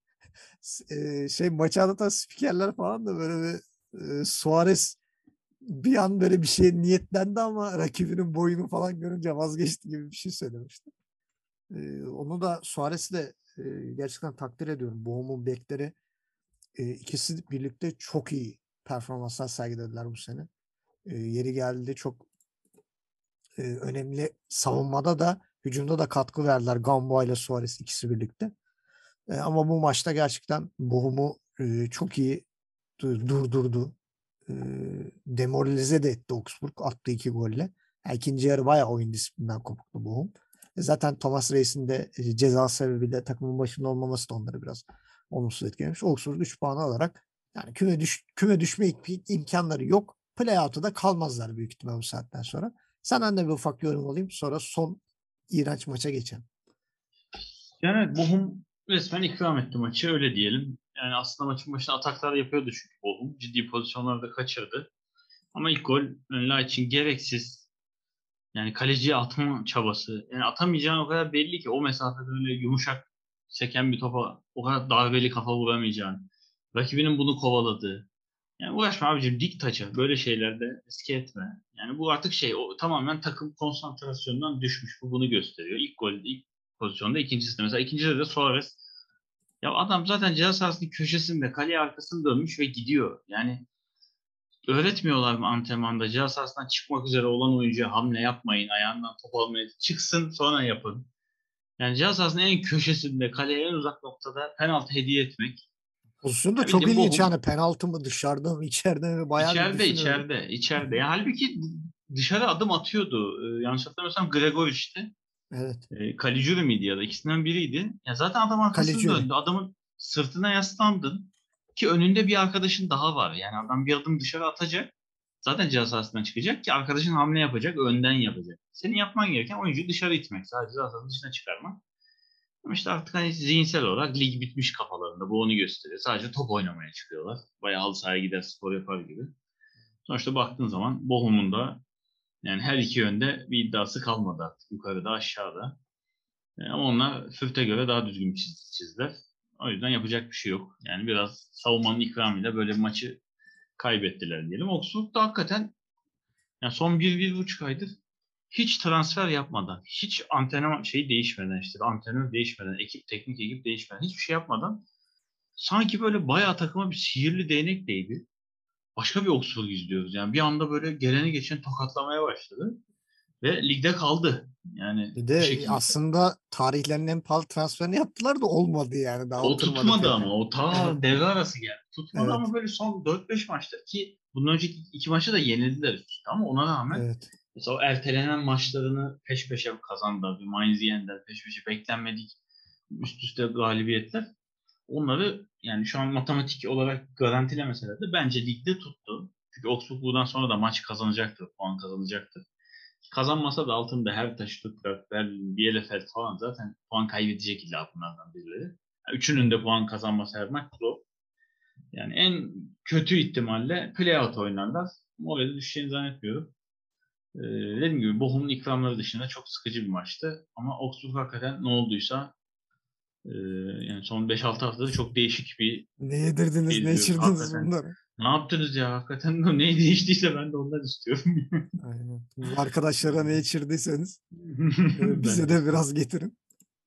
Şey maçı anlatan spikerler falan da böyle bir Suarez bir an böyle bir şeye niyetlendi ama rakibinin boyunu falan görünce vazgeçti gibi bir şey söylemişti. Onu da Suarez'i de gerçekten takdir ediyorum. Bochum'un bekleri ikisi birlikte çok iyi performanslar sergilediler bu sene. Yeri geldi çok önemli savunmada da hücumda da katkı verdiler. Gamboa ile Suarez ikisi birlikte. Ama bu maçta gerçekten Bochum'u çok iyi durdurdu. E, Demoralize de etti Augsburg attığı 2 golle. Yani ikinci yarı bayağı oyun disiplinden kopuktu Bochum. Zaten Thomas Reis'in de ceza sebebiyle takımın başında olmaması da onları biraz olumsuz etkilemiş. Augsburg 3 puan alarak yani küme düşme imkanları yok. Playout'a da kalmazlar büyük ihtimal bu saatten sonra. Senden de bir ufak yorum alayım. Sonra son iğrenç maça geçelim. Yani Bochum resmen ikram etti maçı öyle diyelim. Yani aslında maçın başında ataklar yapıyordu çünkü Bochum. Ciddi pozisyonlarda kaçırdı. Ama ilk gol önler için gereksiz. Yani kaleciye atma çabası. Yani atamayacağın o kadar belli ki o mesafede öyle yumuşak seken bir topa o kadar darbeli kafa vuramayacağın. Rakibinin bunu kovaladığı. Yani uğraşma abicim, dik taça. Böyle şeylerde riske etme. Yani bu artık o tamamen takım konsantrasyonundan düşmüş. Bu bunu gösteriyor. İlk gol, ilk pozisyonda, ikincisi de. Mesela ikincide de Suarez. Ya adam zaten ceza sahasının köşesinde kaleye arkasını dönmüş ve gidiyor. Yani öğretmiyorlar mı antrenmanda? Ceza sahasından çıkmak üzere olan oyuncuya hamle yapmayın. Ayağından top almaya çıksın sonra yapın. Yani ceza sahasının en köşesinde kaleye en uzak noktada penaltı hediye etmek. Pozisyon da Ya çok bildiğin ilginç Bochum. yani, penaltı mı, dışarıda mı, içeride mi, bayağı bir İçeride, düşünüyorum. içeride, içeride. Ya halbuki dışarı adım atıyordu. Yanlış hatırlamıyorsam Gregoric'ti. Evet. Caligiuri miydi ya da ikisinden biriydi. Ya zaten adam arkasını Caligiuri. döndü. Adamın sırtına yaslandın ki önünde bir arkadaşın daha var. Yani adam bir adım dışarı atacak. Zaten ceza sahasından çıkacak ki arkadaşın hamle yapacak, önden yapacak. Senin yapman gereken oyuncuyu dışarı itmek. Sadece ceza sahasının dışına çıkarmak. Ama işte artık hani zihinsel olarak lig bitmiş kafalarında. Bu onu gösteriyor. Sadece top oynamaya çıkıyorlar. Bayağı halı sahaya gider, spor yapar gibi. Sonuçta baktığın zaman Bochum'un da yani her iki yönde bir iddiası kalmadı artık. Yukarıda, aşağıda. Ama onlar Fürth'e göre daha düzgün bir çizdiler. O yüzden yapacak bir şey yok. Yani biraz savunmanın ikramıyla böyle bir maçı kaybettiler diyelim. Augsburg da hakikaten yani son 1-1,5 aydır hiç transfer yapmadan, hiç antrenman değişmeden, işte antrenör değişmeden, teknik ekip değişmeden, hiçbir şey yapmadan sanki böyle bayağı takıma bir sihirli değnek değdi. Başka bir Augsburg izliyoruz. Yani bir anda böyle geleni geçeni tokatlamaya başladı ve ligde kaldı. Yani Bir bir de şekilde. aslında tarihlerinin en pahalı transferini yaptılar da olmadı yani. Daha O oturmadı tutmadı pek. ama. O ta devre arası geldi. Tutmadı Evet. ama böyle son 4-5 maçtır ki bundan önceki iki maçı da yenildiler üst üste ama ona rağmen Evet. mesela o ertelenen maçlarını peş peşe kazandılar. Bir Mainz'i yendiler peş peşe, beklenmedik üst üste galibiyetler. Onları yani şu an matematik olarak garantilemeseler de bence ligde tuttu. Çünkü Augsburg buradan sonra da maç kazanacaktır, puan kazanacaktır. Kazanmasa da altında Hertha, Stuttgart, Berlin, Bielefeld falan zaten puan kaybedecek illa bunlardan birileri. Yani üçünün de puan kazanması her maç zor. Yani en kötü ihtimalle playout oynarlar. Oraya da düşeceğini zannetmiyorum. Dediğim gibi Bochum'un ikramları dışında çok sıkıcı bir maçtı. Ama Augsburg hakikaten ne olduysa e, yani son 5-6 haftada çok değişik bir Ne yedirdiniz, şey ne izliyoruz. içirdiniz Hakikaten bunları? ne yaptınız ya? Hakikaten ne değiştiyse ben de ondan istiyorum. Aynen. Bu arkadaşlara ne içirdiyseniz Ben bize de de istiyorum. biraz getirin.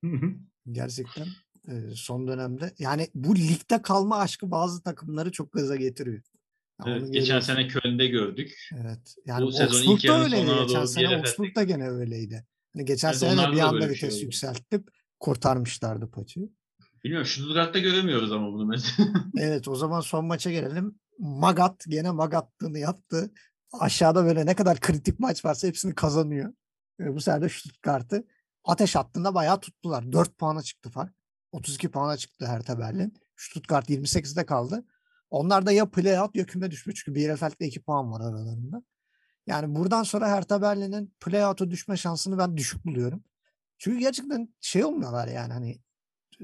Gerçekten son dönemde yani bu ligde kalma aşkı bazı takımları çok gaza getiriyor. Ya onu Evet, geçen görüyorsun. sene Köln'de gördük. Evet. Yani Bu sezon ilk Augsburg da yarının öyleydi sonuna geçen doğru sene. Bielefeld'de Augsburg da gördük. gene öyleydi. Hani geçen Evet, sene de bir onlarda da anda böyle bir şey vites oldu. yükseltip kurtarmışlardı paçayı. Bilmiyorum, Stuttgart'ta göremiyoruz ama bunu mesela. Evet, o zaman son maça gelelim. Magat gene Magattığını yaptı. Aşağıda böyle ne kadar kritik maç varsa hepsini kazanıyor. Bu sefer de Stuttgart'ı ateş hattında bayağı tuttular. 4 puana çıktı fark. 32 puana çıktı Hertha Berlin. Stuttgart 28'de kaldı. Onlar da ya play-out ya küme düşmüş. Çünkü Bielefeld'de 2 puan var aralarında. Yani buradan sonra Hertha Berlin'in play-out'a düşme şansını ben düşük buluyorum. Çünkü gerçekten şey olmuyorlar yani hani e,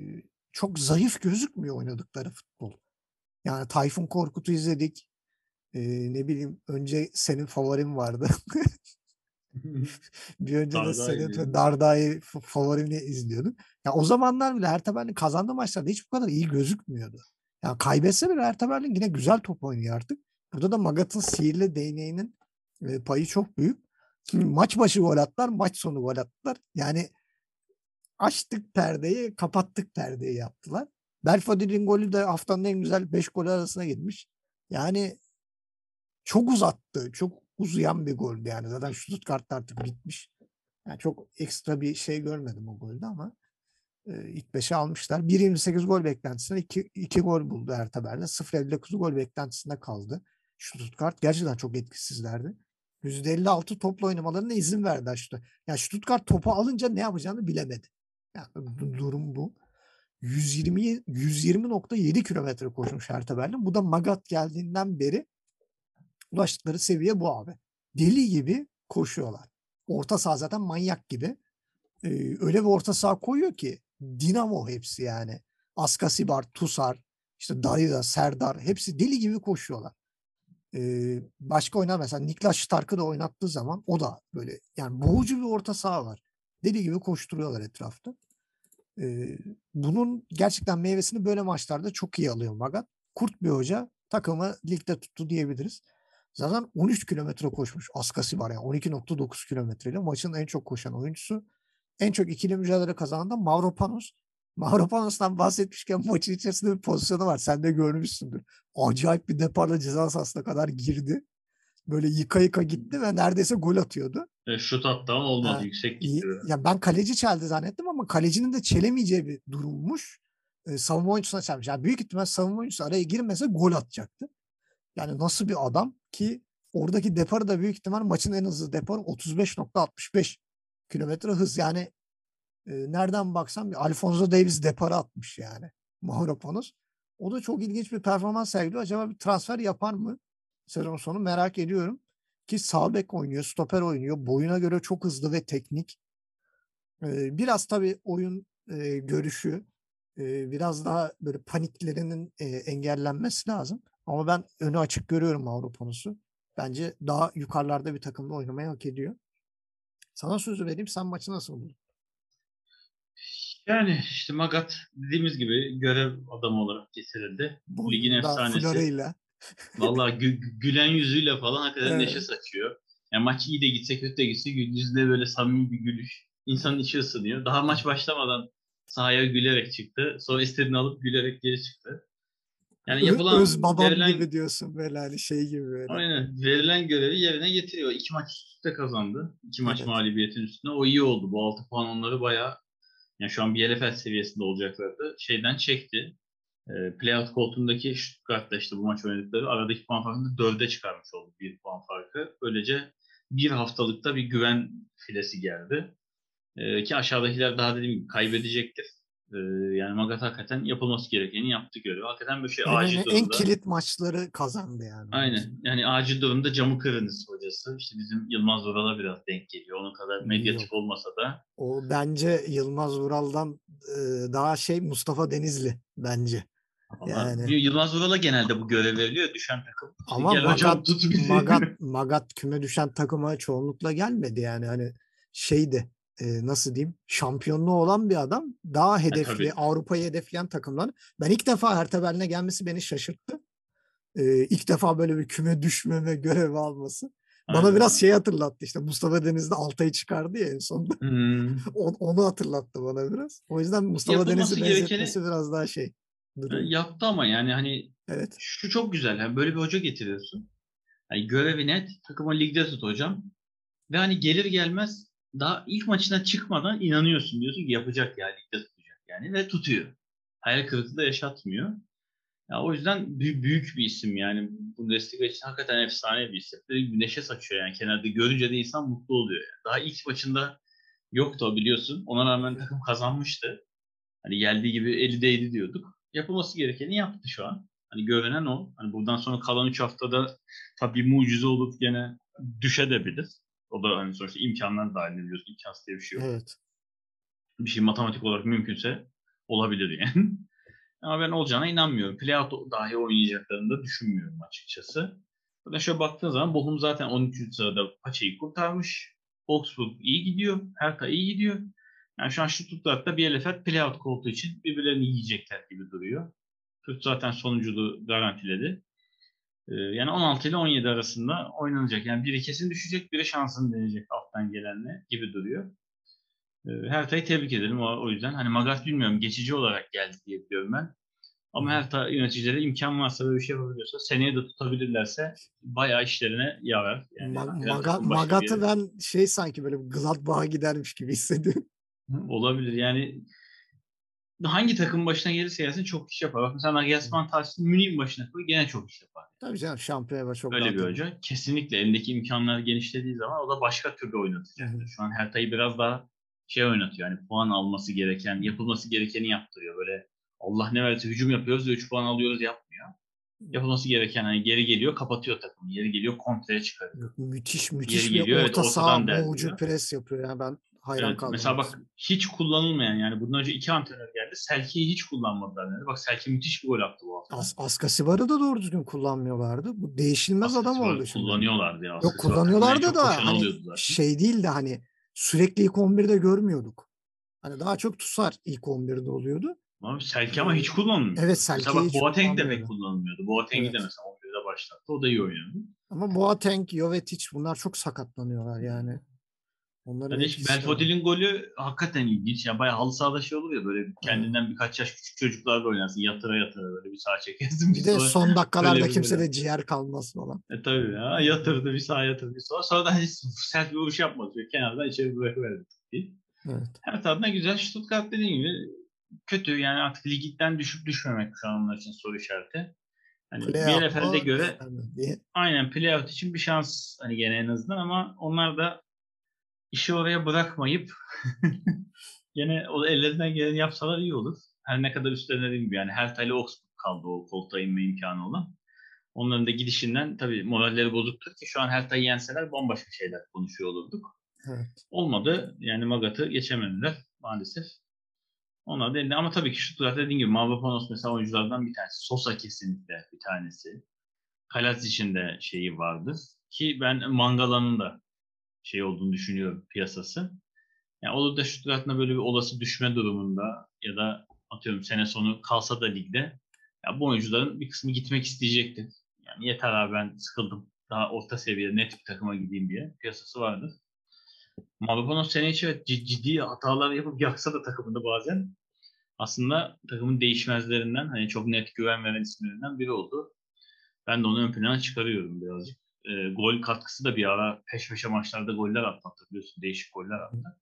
çok zayıf gözükmüyor oynadıkları futbol. Yani Tayfun Korkut'u izledik. Ne bileyim önce senin favorin vardı. Bir önce de Daha senin iyi. Dardai favorini izliyordum. Ya o zamanlar bile Hertha Berlin kazandığı maçlarda hiç bu kadar iyi gözükmüyordu. Yani kaybetse bile Hertha Berlin yine güzel top oynuyor artık. Burada da Magat'ın sihirli değneğinin payı çok büyük. Şimdi maç başı gol attılar, maç sonu gol attılar. Yani açtık perdeyi, kapattık perdeyi yaptılar. Belfodil'in golü de haftanın en güzel 5 golü arasına girmiş. Yani çok uzattı. Çok uzayan bir goldü yani. Zaten Stuttgart artık bitmiş. Yani çok ekstra bir şey görmedim o golde ama ilk 5'e almışlar. 1.28 gol beklentisinde 2 gol buldu Hertha Berlin. 0.59 gol beklentisinde kaldı. Stuttgart gerçekten çok etkisizlerdi. %56 topla oynamalarına izin verdi işte. Yani Stuttgart topu alınca ne yapacağını bilemedi. Yani durum bu. 120.7 kilometre koşmuş Hertha Berlin. Bu da Magat geldiğinden beri ulaştıkları seviye bu abi. Deli gibi koşuyorlar. Orta saha zaten manyak gibi. Öyle bir orta saha koyuyor ki dinamo hepsi yani. Askasibar, Tusar, işte Darida, Serdar hepsi deli gibi koşuyorlar. Başka oynar mesela Niklas Stark'ı da oynattığı zaman o da böyle yani boğucu bir orta saha var. Deli gibi koşturuyorlar etrafta. Bunun gerçekten meyvesini böyle maçlarda çok iyi alıyor Magat. Kurt bir hoca. takımı ligde tuttu diyebiliriz. Zaten 13 kilometre koşmuş. Askası var yani 12,9 kilometreyle maçın en çok koşan oyuncusu. En çok ikili mücadele kazanan da Mavropanos. Mavropanos'tan bahsetmişken maçın içerisinde bir pozisyonu var. Sen de görmüşsündür. Acayip bir deparla ceza sahasına kadar girdi. Böyle yıka yıka gitti ve neredeyse gol atıyordu. Şut attı ama olmadı. Ha, Yüksek gitti. ya ben kaleci çeldi zannettim ama kalecinin de çelemeyeceği bir durummuş. Savunma oyuncusuna çelmiş. Yani büyük ihtimal savunma oyuncusu araya girmese gol atacaktı. Yani nasıl bir adam ki oradaki deparı da büyük ihtimal maçın en hızlı deparı 35,65 kilometre hız. Yani nereden baksam bir Alphonso Davies deparı atmış yani Mavropanos. O da çok ilginç bir performans sergiliyor. Acaba bir transfer yapar mı? Sezon sonu merak ediyorum. Ki sağ bek oynuyor, stoper oynuyor. Boyuna göre çok hızlı ve teknik. Biraz tabii oyun görüşü biraz daha böyle paniklerinin engellenmesi lazım. Ama ben önü açık görüyorum Avrupanos'u. Bence daha yukarılarda bir takımda oynamayı hak ediyor. Sana sözü vereyim. Sen maçı nasıl buldun? Yani işte Magat dediğimiz gibi görev adamı olarak getirildi. Ligin Boyunda, efsanesi. floruyla. Vallahi gülen yüzüyle falan hakikaten neşe Evet. saçıyor. Yani maç iyi de gitse kötü de gitse yüzünde böyle samimi bir gülüş. İnsanın içi ısınıyor. Daha maç başlamadan sahaya gülerek çıktı. Sonra istediğini alıp gülerek geri çıktı. Yani Öz yapılan babam verilen gibi diyorsun böyle hani şey gibi böyle. aynen verilen görevi yerine getiriyor. 2 maç üst üste kazandı. 2 maç Evet. mağlubiyetin üstüne. O iyi oldu. Bu 6 puan onları bayağı yani şu an bir Bielefeld seviyesinde olacaklardı. Şeyden çekti. Playout koltuğundaki Stuttgart'ta işte bu maç oynadıkları aradaki puan farkını 4'e çıkarmış oldu, bir puan farkı. Böylece bir haftalıkta bir güven filesi geldi. Ki aşağıdakiler daha dediğim gibi kaybedecektir. Yani Magath hakikaten yapılması gerekeni yaptı görev. Hakikaten böyle şey acil En durumda. kilit maçları kazandı yani. Aynen. Yani acil durumda camı kırınız hocası. İşte bizim Yılmaz Vural'a biraz denk geliyor. Onun kadar medyatik Yok. olmasa da. O bence Yılmaz Vural'dan daha şey Mustafa Denizli bence. Ama Yani Yılmaz Vural'a genelde bu görev veriliyor. Düşen takım. İşte ama gel hocam tut bizi. Magat küme düşen takıma çoğunlukla gelmedi yani hani şeydi nasıl diyeyim şampiyonluğu olan bir adam daha hedefli Tabii. Avrupa'yı hedefleyen takımlar. Ben ilk defa Hertha Berlin'e gelmesi beni şaşırttı. İlk defa böyle bir küme düşmeme görevi alması. Bana Aynen. biraz şey hatırlattı işte Mustafa Denizli Altay'ı çıkardı ya en sonunda. Onu hatırlattı bana biraz. O yüzden Mustafa Yapılması Denizli gerekeni benzetmesi biraz daha şey duruyor. yaptı ama yani hani Evet. şu çok güzel. Yani böyle bir hoca getiriyorsun. Yani görevi net. Takımı ligde tut hocam. Ve hani gelir gelmez daha ilk maçına çıkmadan inanıyorsun. Diyorsun ki yapacak ya ligde tutacak yani ve tutuyor. Hayal kırıklığı da yaşatmıyor. Ya o yüzden büyük bir isim yani. Bundesliga için hakikaten efsane bir isim. Bir neşe saçıyor yani kenarda. Görünce de insan mutlu oluyor yani. Daha ilk maçında yoktu o biliyorsun. Ona rağmen takım kazanmıştı. Hani geldiği gibi 50'deydi diyorduk. Yapılması gerekeni yaptı şu an. Hani görünen o. Hani buradan sonra kalan 3 haftada tabii mucize olup gene düşebilir. O da hani sonuçta imkanlar dahilinde biliyorsun. İmkansız diye bir şey yok. Evet. Bir şey matematik olarak mümkünse olabilir yani. Ama ben olacağına inanmıyorum. Playout dahi oynayacaklarını da düşünmüyorum açıkçası. Zaten şöyle baktığın zaman Bochum zaten 13. sırada paçayı kurtarmış. Augsburg iyi gidiyor. Hertha iyi gidiyor. Yani şu an Stuttgart'ta Bielefeld playout koltuğu için birbirlerini yiyecekler gibi duruyor. Türk zaten sonunculuğu garantiledi. Yani 16 ile 17 arasında oynanacak. Yani biri kesin düşecek, biri şansını deneyecek alttan gelenle gibi duruyor. Hertha'yı tebrik ederim o yüzden. Hani Magath bilmiyorum geçici olarak geldi diye biliyorum ben. Ama Hertha yöneticileri imkan varsa böyle bir şey yapabiliyorsa seneye de tutabilirlerse bayağı işlerine yarar. Yani hakikaten takım başka bir Magat'ı yere. ben şey sanki böyle Gladbach'a gidermiş gibi hissediyorum. Olabilir. Yani hangi takım başına gelirse gelsin çok iş yapar. Bak mesela Nagelsmann Taş'ın Münih'in başına koy gene çok iş yapar. Tabii canım şampiyona çok Öyle daha bir tabii. hoca. Kesinlikle elindeki imkanlar genişlediği zaman o da başka türlü oynatacaktır. Şu an Hertha'yı biraz daha şey oynatıyor. Yani puan alması gereken, yapılması gerekeni yaptırıyor. Böyle Allah ne verirse hücum yapıyoruz ve 3 puan alıyoruz yapmıyor. Yapılması gereken hani geri geliyor kapatıyor takımı. Yeri geliyor kontraya çıkarıyor. Müthiş Yeri bir geliyor evet orta saha ortadan boğucu derdiriyor. pres yapıyor. Yani ben hayran Evet kaldım mesela o bak kısmı. hiç kullanılmayan yani bundan önce 2 antrenör geldi. Selki'yi hiç kullanmadılar. Yani. Bak Selki müthiş bir gol attı bu hafta. Askasibar'ı da doğru düzgün kullanmıyorlardı. Bu değişilmez adam oldu Askasibar şimdi. kullanıyorlardı ya. Yok Askasibar takımın en kullanıyorlardı çok da koşanı hani oluyordu zaten. şey değil de hani sürekli ilk 11'de görmüyorduk. Hani daha çok Tussar ilk 11'de oluyordu. Abi Selke ama hiç kullanılmıyor. Evet, Mesela Selke'yi bak hiç Boateng de pek kullanmıyordu. kullanılmıyordu. Boateng'i de Evet. mesela 11'de başlattı. O da iyi oynuyordu. Ama Boateng, Jovetic bunlar çok sakatlanıyorlar yani. Onların Kardeşim etkisi de var. Belfodil'in golü hakikaten ilginç. Ya bayağı halı sahada şey olur ya böyle Evet. kendinden birkaç yaş küçük çocuklarla oynarsın. Yatıra yatıra böyle bir sağa çekersin bir Bir de sola. son Öyle dakikalarda bir gol kimse at. de ciğer kalmaz falan. Tabii ya yatırdı bir sağa yatırdı bir sola. Sonra da hani sert bir vuruş yapmadı. Şöyle kenardan içeri bırakıverdi. Evet. Her taraftan güzel. Stuttgart dediğim gibi kötü. Yani artık ligden düşüp düşmemek şu an onlar için soru işareti. Hani Playoff Bielefeld'e mu göre düşmem diye. aynen playout için bir şans hani gene en azından ama onlar da işi oraya bırakmayıp gene o ellerinden geleni yapsalar iyi olur. Her ne kadar üstlerine dediğim gibi yani Hertha ile Augsburg kaldı o koltuğa inme imkanı olan. Onların da gidişinden tabii moralleri bozuktur ki şu an Hertha'yı yenseler bombaşka şeyler konuşuyor olurduk. Evet. Olmadı. Yani Magat'ı geçemediler maalesef. Onlar da elinde. Ama tabii ki Stuttgart dediğim gibi Mavropanos mesela oyunculardan bir tanesi. Sosa kesinlikle bir tanesi. Kalazic'in de şeyi vardır. Ki ben Mangala'nın da şey olduğunu düşünüyorum piyasası. Yani olur da Stuttgart'ın böyle bir olası düşme durumunda ya da atıyorum sene sonu kalsa da ligde ya bu oyuncuların bir kısmı gitmek isteyecektir. Yani yeter abi ben sıkıldım. Daha orta seviye net bir takıma gideyim diye piyasası vardır. Mavropanos sene içi evet ciddi hatalar yapıp yaksa da takımında bazen aslında takımın değişmezlerinden hani çok net güven veren isimlerinden biri oldu. Ben de onu ön plana çıkarıyorum birazcık. Gol katkısı da bir ara peş peşe maçlarda goller attı biliyorsun. Değişik goller attı.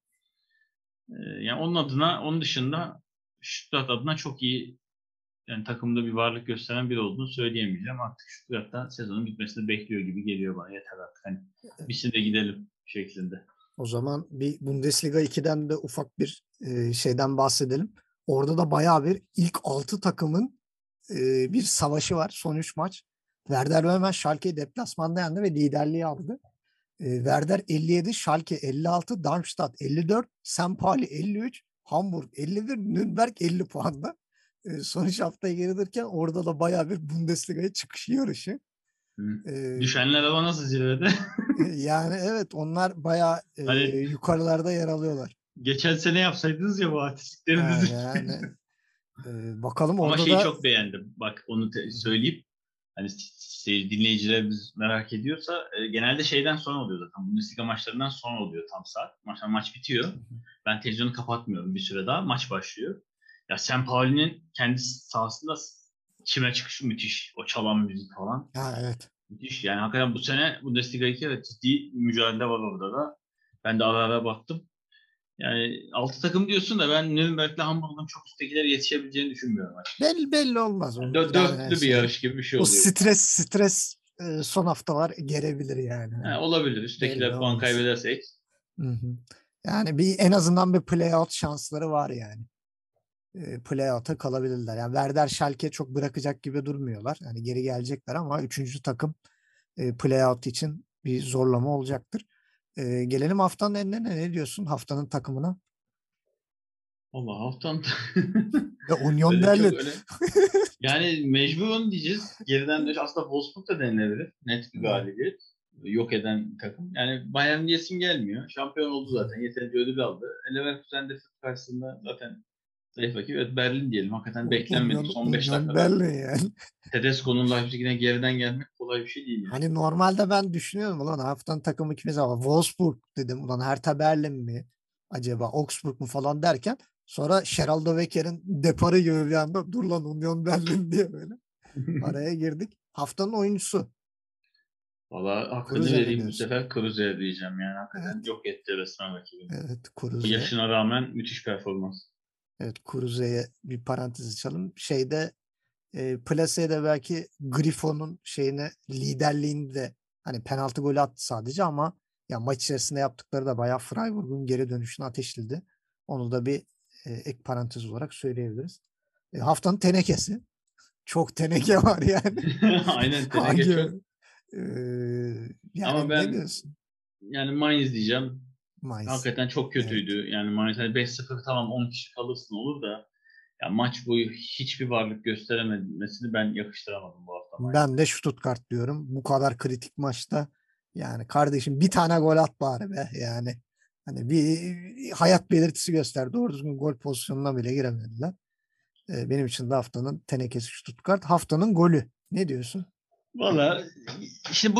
Yani onun adına, onun dışında Stuttgart adına çok iyi yani takımda bir varlık gösteren biri olduğunu söyleyemeyeceğim. Artık Stuttgart'ta sezonun bitmesini bekliyor gibi geliyor bana. Yeter artık hani bitsin de gidelim şeklinde. O zaman bir Bundesliga 2'den de ufak bir şeyden bahsedelim. Orada da bayağı bir ilk 6 takımın bir savaşı var. Son 3 maç. Werder Bremen Schalke'yi deplasmanda yendi ve liderliği aldı. Werder 57, Schalke 56, Darmstadt 54, St. Pauli 53, Hamburg 51, Nürnberg 50 puanda. Son 3 haftaya geridirken orada da bayağı bir Bundesliga'ya çıkış yarışı. Hı. E, Düşenler ama nasıl zirvede? Yani evet, onlar bayağı Hani yukarılarda yer alıyorlar. geçen sene yapsaydınız ya bu Ha, artistliklerinizi. yani bakalım Ama orada şeyi da çok beğendim. Bak onu söyleyip hani dinleyicilerimiz merak ediyorsa genelde şeyden sonra oluyor zaten. Bundesliga maçlarından sonra oluyor tam saat. Maç bitiyor. Ben televizyonu kapatmıyorum bir süre daha. Maç başlıyor. Ya St. Pauli'nin kendi sahasında çime çıkışı müthiş. O çalan müzik falan. ha, evet. Müthiş. Yani hakikaten bu sene Bundesliga 2 evet ciddi mücadele var orada da. Ben de ara ara baktım. Yani 6 takım diyorsun da ben Nürnberg'le Hamburg'un çok üsttekilere yetişebileceğini düşünmüyorum açıkçası. Belli olmaz Yani o ilerleyen dörtlü bir şey. yarış gibi bir şey O oluyor. stres son haftalar gelebilir yani. Hani Olabilir. belli Üsttekiler puan olmaz. kaybedersek. Hı hı. Yani bir en azından bir playout şansları var yani. Playout'a kalabilirler. Yani Werder Schalke çok bırakacak gibi durmuyorlar. Yani geri gelecekler ama üçüncü takım playout için bir zorlama olacaktır. Gelelim haftanın enine, ne diyorsun haftanın takımına? Allah haftan Ve Union öyle çok Berlin. öyle. Yani mecbur onu diyeceğiz. Geriden dönüş aslında Wolfsburg da denilebilir. Net bir Evet. galibiyet. Yok eden takım. Yani Bayern diyesim gelmiyor. Şampiyon oldu zaten. Yeterince ödül aldı. Leverkusen de karşısında zaten zayıf rakip. Evet Berlin diyelim. Hakikaten beklenmedik son 5 Union dakikada. Berlin yani. Tedesco'nun Leipzig'den geriden gelmek kolay bir şey değil yani. Hani normalde ben düşünüyorum, ulan haftanın takımı kimiz ama Wolfsburg dedim, ulan Hertha Berlin mi acaba, Augsburg mu falan derken sonra Geraldo Becker'in deparı gibi bir anda dur lan Union Berlin diye böyle araya girdik. Haftanın oyuncusu Valla hakkını Kruse ne vereyim bu diyorsun? sefer Cruze'ye diyeceğim yani. Hakikaten Evet. yok etti resmen rakibi. Evet, O Kruse. yaşına rağmen müthiş performans. Evet, Kruse'ye bir parantez açalım. Şeyde Place'de belki Griffon'un şeyine, liderliğinde de hani penaltı golü attı sadece ama ya maç içerisinde yaptıkları da bayağı Freiburg'un geri dönüşünü ateşledi. Onu da bir ek parantez olarak söyleyebiliriz. Haftanın tenekesi. Çok teneke var yani. Aynen teneke Hangi çok. e, Ama yani ne ben diyorsun? yani Mainz diyeceğim. Mainz. Hakikaten çok Evet. kötüydü. Yani Mainz hani 5-0 tamam 10 kişi kalırsın olur da ya maç boyu hiçbir varlık gösterememesini ben yakıştıramadım bu hafta Ben Mainz'e. de Stuttgart diyorum. Bu kadar kritik maçta yani kardeşim bir tane gol at bari be yani. Hani bir hayat belirtisi göster. Doğru düzgün gol pozisyonuna bile giremediler. Benim için de haftanın tenekesi Stuttgart. Haftanın golü. Ne diyorsun? Valla işte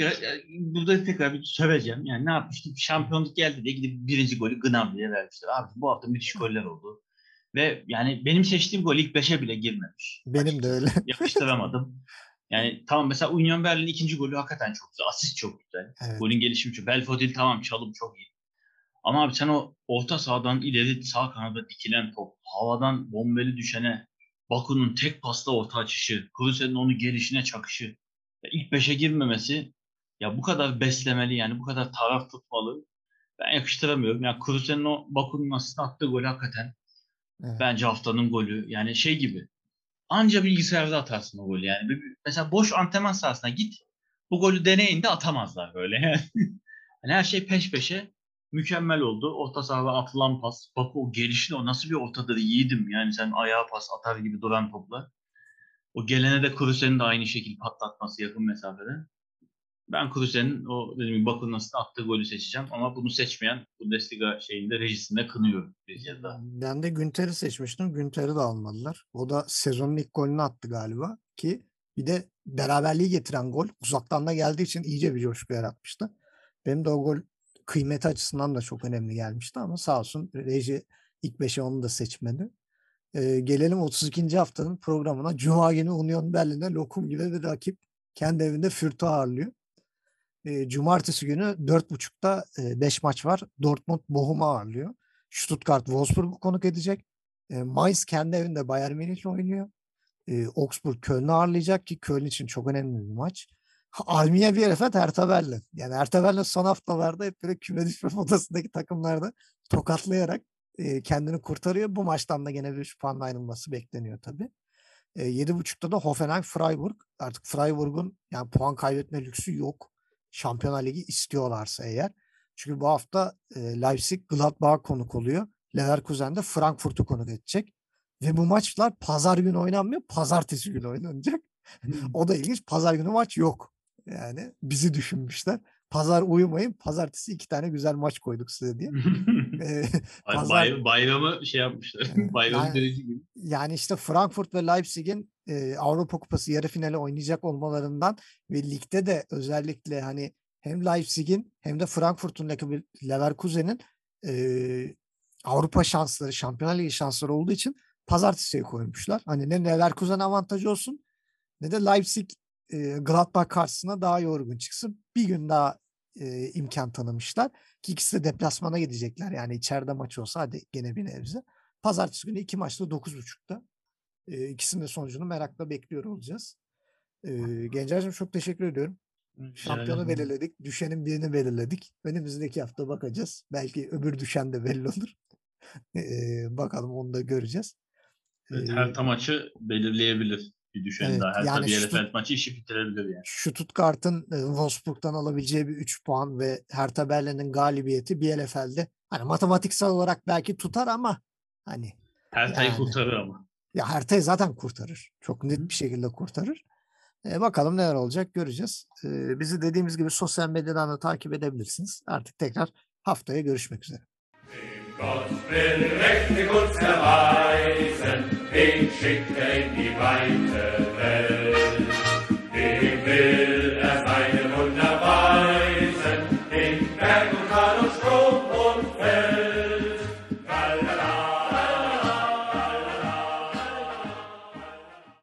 Bundesliga bir söveceğim. Yani ne yapmıştık? Şampiyonluk geldi diye gidip birinci golü Gnabry'e vermişler. Abi bu hafta müthiş goller oldu. Ve yani benim seçtiğim gol ilk 5'e bile girmemiş. Benim de öyle. Yakıştıramadım. Yani tamam, mesela Union Berlin ikinci golü hakikaten çok güzel. Asist çok güzel. Evet. Golün gelişimi çok. Belfodil tamam, çalım çok iyi. Ama abi sen o orta sahadan ileri sağ kanada dikilen top, havadan bombeli düşene, Baku'nun tek pasla orta açışı, Kruse'nin onu gelişine çakışı, ya ilk 5'e girmemesi, ya bu kadar beslemeli, yani bu kadar taraf tutmalı. Ben yakıştıramıyorum. Yani Kruse'nin o Baku'nun aslında attığı golü hakikaten Evet. bence haftanın golü. Yani şey gibi. Anca bilgisayarda atarsın o golü yani. Mesela boş antrenman sahasına git. Bu golü deneyin de atamazlar böyle. Yani her şey peş peşe mükemmel oldu. Orta sahada atılan pas. Bak o gelişli, o nasıl bir ortadır yiğidim. Yani sen ayağa pas atar gibi duran topla. O gelene de Kruse'nin de aynı şekilde patlatması yakın mesafede. Ben Kruse'nin o dediğim gibi Baku'nun aslında attığı golü seçeceğim. Ama bunu seçmeyen Bundesliga şeyinde, rejisinde kınıyorum bir kez daha. Ben de Günter'i seçmiştim. Günter'i de almadılar. O da sezonun ilk golünü attı galiba ki bir de beraberliği getiren gol uzaktan da geldiği için iyice bir coşku yaratmıştı. Benim de o gol kıymeti açısından da çok önemli gelmişti ama sağ olsun reji ilk 5'e onu da seçmedi. Gelelim 32. haftanın programına. Cuma günü Union Berlin'e lokum gibi bir rakip kendi evinde Fürth'ü ağırlıyor. Cumartesi günü 4.30'da 5 maç var. Dortmund Bochum'u ağırlıyor. Stuttgart Wolfsburg'u konuk edecek. Mainz kendi evinde Bayern Münih'le oynuyor. Augsburg Köln'ü ağırlayacak ki Köln için çok önemli bir maç. Arminia Bielefeld Hertha Berlin. Yani Hertha Berlin son haftalarda hep böyle küme düşme potasındaki takımlarda tokatlayarak kendini kurtarıyor. Bu maçtan da gene bir 3 puanla ayrılması bekleniyor tabii. 7.30'da da Hoffenheim Freiburg. Artık Freiburg'un yani puan kaybetme lüksü yok. Şampiyonlar Ligi istiyorlarsa eğer. Çünkü bu hafta Leipzig Gladbach'a konuk oluyor. Leverkusen de Frankfurt'u konuk edecek. Ve bu maçlar pazar günü oynanmıyor. Pazartesi günü oynanacak. O da ilginç. Pazar günü maç yok. Yani bizi düşünmüşler. Pazar uyumayın. Pazartesi 2 tane güzel maç koyduk size diye. Bayramı şey yapmışlar. Bayramı derece gibi. Yani işte Frankfurt ve Leipzig'in Avrupa Kupası yarı finali oynayacak olmalarından ve ligde de özellikle hani hem Leipzig'in hem de Frankfurt'un rakibi Leverkusen'in Avrupa şansları, Şampiyonlar Ligi şansları olduğu için pazartesiye koymuşlar. Hani ne Leverkusen avantajı olsun ne de Leipzig Gladbach karşısına daha yorgun çıksın. Bir gün daha imkan tanımışlar. Ki ikisi de deplasmana gidecekler. Yani içeride maç olsa hadi gene bir nebze. Pazartesi günü 2 maçta 9.30'da. İkisinin de sonucunu merakla bekliyor olacağız. Gencer'cim çok teşekkür ediyorum. Şampiyonu belirledik. Düşenin birini belirledik. Önümüzdeki hafta bakacağız. Belki öbür düşen de belli olur. Bakalım onu da göreceğiz. Evet, Hertha maçı belirleyebilir. Bir düşen evet, daha. Hertha yani Bielefeld maçı işi bitirebilir yani. Stuttgart'ın Wolfsburg'dan alabileceği bir 3 puan ve Hertha Berlin'in galibiyeti Bielefeld'de hani matematiksel olarak belki tutar ama hani Hertha'yı yani, kurtarır ama. Ya Hertha'yı zaten kurtarır. Çok net bir şekilde kurtarır. Bakalım neler olacak göreceğiz. Bizi dediğimiz gibi sosyal medyadan da takip edebilirsiniz. Artık tekrar haftaya görüşmek üzere. Gott will Recht uns erweisen, wen schickt in die Weite